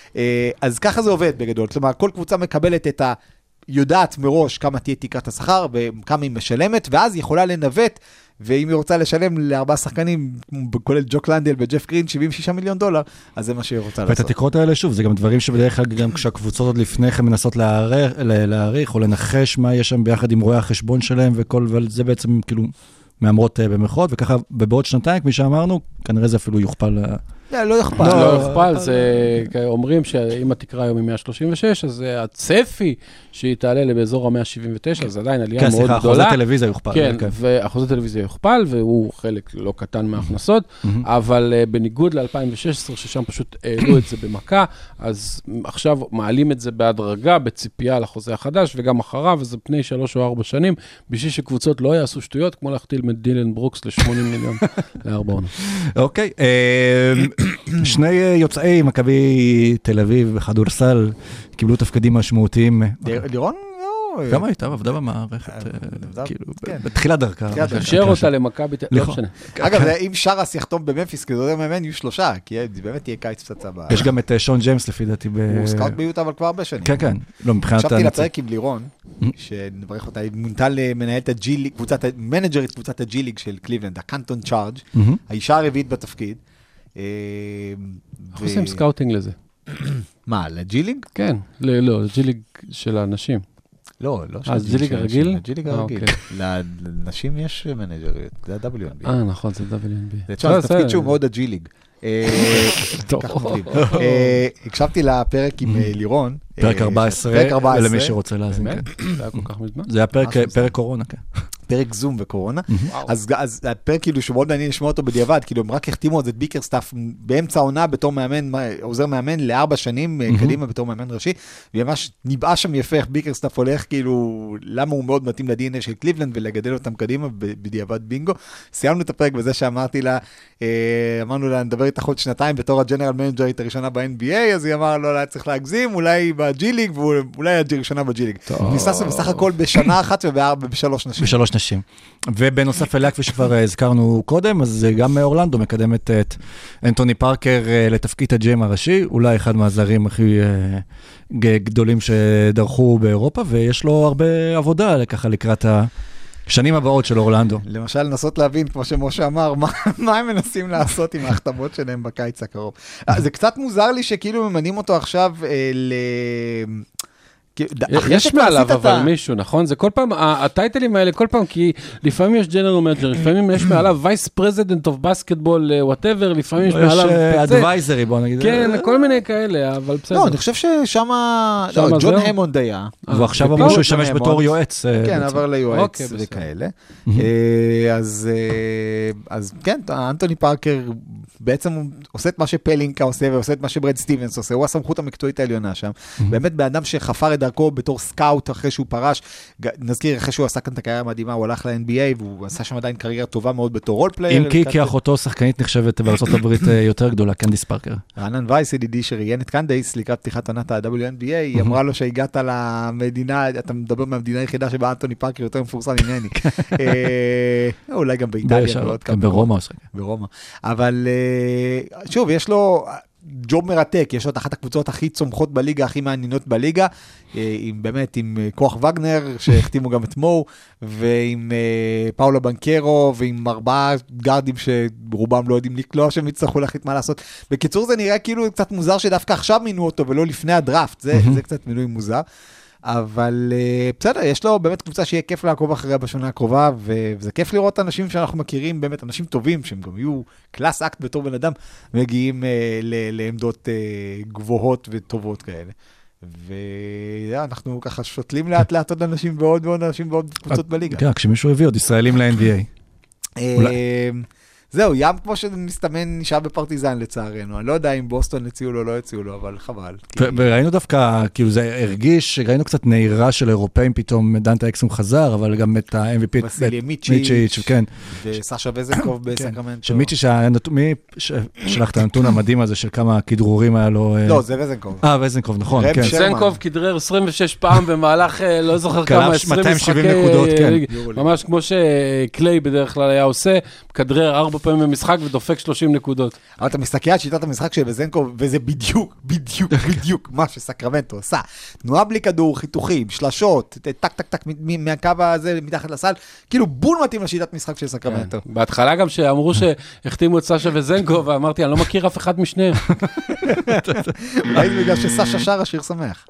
אז ככה זה עובד בגדול. כלומר, כל קבוצה מקבלת את יודעת מראש כמה תהיה תקרת השכר, וכמה היא משלמת, ואז היא יכולה לנווט, ואם היא רוצה לשלם ל4 שחקנים, כולל ג'וק לנדל וג'ף גרין, $76 מיליון, אז זה מה שהיא רוצה לעשות. ואת התקרות האלה, שוב, זה גם דברים שבדרך כלל גם כשהקבוצות עוד לפני כן מנסות להעריך, או לנחש מה יש שם ביחד עם רואי החשבון שלהם, וזה בעצם כאילו מאמרות במחאות, וככה בעוד שנתיים, כפי שאמרנו, כנראה זה אפילו יוכפל. לא יוכפל. לא יוכפל, זה אומרים שאם התקרה היום היא 136, אז הצפי שהיא תעלה באזור ה-179, אז עדיין עלייה מאוד גדולה. כן, סליחה, אחוזי טלוויזיה יוכפל. כן, ואחוזי טלוויזיה יוכפל, והוא חלק לא קטן מההכנסות, אבל בניגוד ל-2016, ששם פשוט העלו את זה במכה, אז עכשיו מעלים את זה בהדרגה, בציפייה לחוזה החדש, וגם אחריו, וזה פני 3 או 4 שנים, בשביל שקבוצות לא יעשו שטויות, כמו להחתיל מדילן ברוקס ל-80 מיליון ל4 עונות. אוקיי, שני יוצאי מכבי תל אביב בכדורסל קיבלו תפקידים משמעותיים. לירון? גם הייתה עבדה במערכת, כאילו, בתחילת דרכה. קשר אותה למכבי, לא משנה. אגב, אם שרס יחתום במפיס, כי זה יודע מאמן, יהיו 3, כי באמת תהיה קיץ פצצה. יש גם את שון ג'יימס לפי דעתי. הוא סקאוט ביוטה, אבל כבר הרבה שנים. כן, כן. לא, מבחינת... חשבתי לפרק עם לירון, שנברך אותה, היא מונתה למנהלת הג'י-ליג, מנג'רית קבוצת הג'י-ליג של קליבלנד, הקנטון צ'ארג', האישה הרביעית בתפקיד. איך עושים סקאוטינג לזה? מה, לג'י-ליג? כן, לא, לג'י-ליג של האנשים. לא של הג'י-ליג הרגיל? הג'י-ליג הרגיל. לנשים יש מנג'ריות, זה ה-WNB. נכון, זה WNB. זה תפקיד שהוא מאוד הג'י-ליג. הקשבתי לפרק עם לירון. פרק 14, למי שרוצה להאזין. זה היה כל כך מזמן? זה היה פרק קורונה, כן. פרק זום וקורונה, אז הפרק כאילו שמאוד מעניין לשמוע אותו בדיעבד, כאילו הם רק החתימו את זה ביקרסטאף באמצע העונה בתור מאמן, עוזר מאמן ל4 שנים קדימה בתור מאמן ראשי, וממש ניבאה שם יפה איך ביקרסטאף הולך, כאילו למה הוא מאוד מתאים ל-DNA של קליבלנד ולגדל אותם קדימה בדיעבד בינגו. סיימנו את הפרק בזה שאמרתי לה, אמרנו לה, נדבר איתך עוד 2 בתור הג'נרל מנג'רית הראשונה ב-NBA, אז היא אמרה, לא, צריך להגזים, אולי בג'י-ליג, ואולי הראשונה בג'י-ליג. ניססנו בסך הכל בשנה אחת ובשלוש נשים. בשלוש נשים. ובנוסף אליה, כפי שכבר הזכרנו קודם, אז גם אורלנדו מקדמת את אנטוני פארקר לתפקיד הג'יים הראשי, אולי אחד מהזרים הכי גדולים שדרכו באירופה, ויש לו הרבה עבודה ככה לקראת השנים הבאות של אורלנדו. למשל, לנסות להבין, כמו שמשה אמר, מה הם מנסים לעשות עם ההחתמות שלהם בקיץ הקרוב. זה קצת מוזר לי שכאילו ממנים אותו עכשיו יש מעליו אבל מישהו, נכון? זה כל פעם, הטייטלים האלה כל פעם, כי לפעמים יש ג'נרל מנג'ר, לפעמים יש מעליו וייס פרזידנט אוף בסקטבול, whatever, לפעמים יש מעליו... יש אדוויזרי, בוא נגיד. כן, כל מיני כאלה, אבל בסדר. לא, אני חושב ששם... ג'ון המונד היה. ועכשיו אמרו שהוא ישמש בתור יועץ. כן, עבר ליועץ וכאלה. אז כן, אנטוני פארקר בעצם עושה את מה שפלינקה עושה, ועושה את מה שברד סטיבנס עושה, הוא הסמכות המקצועית העליונה שם. באמת באדם שחפר את דרכו בתור סקאוט אחרי שהוא פרש, נזכיר אחרי שהוא עשה כאן את הקריירה המדהימה, הוא הלך ל-NBA, והוא עשה שם עדיין קריירה טובה מאוד בתור רולפלייר. אם כי אחותו שחקנית נחשבת בארצות הברית יותר גדולה, קנדיס פארקר. רענן וייס, ידידי שראיין את קנדיס לקראת פתיחת עונת ה-WNBA, היא אמרה לו שהגעת למדינה, אתה מדבר מהמדינה היחידה שבה אנטוני פארקר יותר מפורסם ממני. אולי גם באיטליה. ברומא. ברומא. אבל שוב, יש לו ג'וב מרתק, יש לו את אחת הקבוצות הכי צומחות בליגה, הכי מעניינות בליגה, באמת עם כוח וגנר, שהחתימו גם את מו, ועם פאולו בנקרו, ועם 4 גארדים שרובם לא יודעים לקלוע, שהם יצטרכו להחליט מה לעשות. בקיצור, זה נראה כאילו קצת מוזר שדווקא עכשיו מינו אותו, ולא לפני הדראפט, זה קצת מינוי מוזר. אבל בסדר, יש לו באמת קבוצה שיהיה כיף לעקוב אחריה בשנה הקרובה, וזה כיף לראות אנשים שאנחנו מכירים, באמת אנשים טובים, שהם גם יהיו קלאס אקט בתור בן אדם, מגיעים לעמדות גבוהות וטובות כאלה. ואנחנו ככה שותלים לאט לאט עוד אנשים ועוד ועוד אנשים ועוד קבוצות בליגה. כן, כשמישהו הביא עוד ישראלים ל-NBA. זהו, ים כמו שמסתמן נשאר בפרטיזן לצערנו. אני לא יודע אם בוסטון הציעו לו או לא הציעו לו, אבל חבל. וראינו דווקא, כאילו זה הרגיש, ראינו קצת נהירה של אירופאים, פתאום דנטה אקסום חזר, אבל גם את ה-MVP, בסיליה מיצ'יץ', כן. וסשה וזנקוב בסקרמנטו. שמיצ'יץ', מי שלח את הנתון המדהים הזה של כמה כדרורים היה לו... לא, זה וזנקוב. וזנקוב, נכון, כן. וזנקוב כדרר 26 פעם במהלך, לא זוכר כמה, 20 משחקי, ממש כמו שקליי בדרך כלל היה עושה, כדרר 4 פעמים במשחק ודופק 30 נקודות. אבל אתה מסתכל על שיטת המשחק של וזנקוב, וזה בדיוק מה שסקרמנטו עושה. תנועה בלי כדור, חיתוכים, שלשות, טק טק טק מהקו הזה מתחת לסל, כאילו בול מתאים לשיטת משחק של סקרמנטו. בהתחלה גם שאמרו שהחתימו את סשה וזנקוב, ואמרתי, אני לא מכיר אף אחד משניהם. ראיתי בגלל שסשה שר השיר שמח.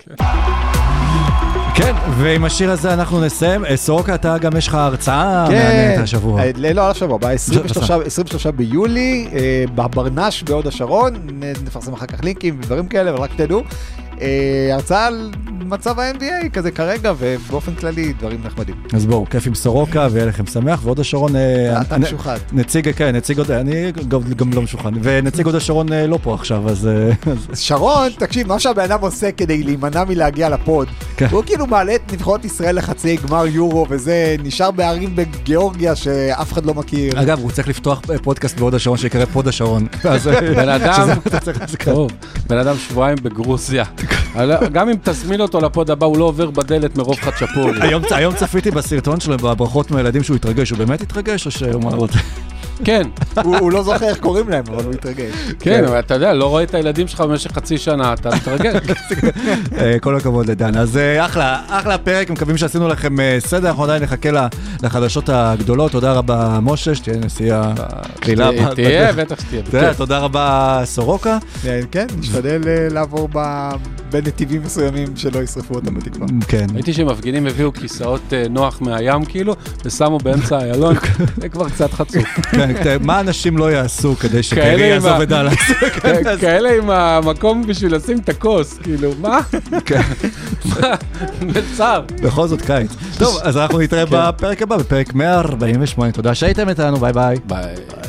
כן, ועם השיר הזה אנחנו נסיים. סורוקה, אתה גם יש לך הרצאה מעניינת השבוע. לא, השבוע, ב-23 ביולי, בברנש בהוד השרון, נפרסם אחר כך לינקים ודברים כאלה, אבל רק תדעו. הרצאה על מצב ה-NBA כזה כרגע, ובאופן כללי דברים נחמדים. אז בואו, כיף עם סורוקה, ויהיה לכם שמח, והוד השרון... אתה משוחד. נציג עוד... אני גם לא משוחד, ונציג עוד השרון לא פה עכשיו, אז... שרון, תקשיב, מה שהבן אדם עושה כדי להימנע מלהגיע לפוד, הוא כאילו מעלה את נבחרות ישראל לחצי גמר יורו, וזה נשאר בערים בגיאורגיה שאף אחד לא מכיר. אגב, הוא צריך לפתוח פודקאסט בהוד השרון שיקרא פוד השרון. בן אדם שבועיים בגרוסיה. גם אם תזמין אותו לפוד הבא, הוא לא עובר בדלת מרוב חצ'פורי. היום צפיתי בסרטון שלו, בברכות מהילדים שהוא התרגש. הוא באמת התרגש או שהוא אמר אותה? כן. הוא לא זוכר איך קוראים להם, אבל הוא התרגש. כן, אבל אתה יודע, לא רואה את הילדים שלך במשך חצי שנה, אתה מתרגש. כל הכבוד לדן. אז אחלה פרק, מקווים שעשינו לכם סדר, אנחנו עדיין נחכה לחדשות הגדולות. תודה רבה, משה, שתהיה נסיעה קלילה. תהיה, בטח שתהיה. תודה רבה, סורוקה. כן, נשתדל לעבור בנתיבים מסוימים שלא ישרפו אותם בתקווה. כן. ראיתי שמפגינים הביאו כיסאות נוח מהים כאילו, ושמו באמצע איילון, זה כבר קצת חצוף. מה אנשים לא יעשו כדי שקרי יעזוב את דאלאס? כאלה עם המקום בשביל לשים את הכוס, כאילו, מה? בצער. בכל זאת קיץ. טוב, אז אנחנו נתראה בפרק הבא, בפרק 148. תודה שהייתם איתנו, ביי ביי. ביי.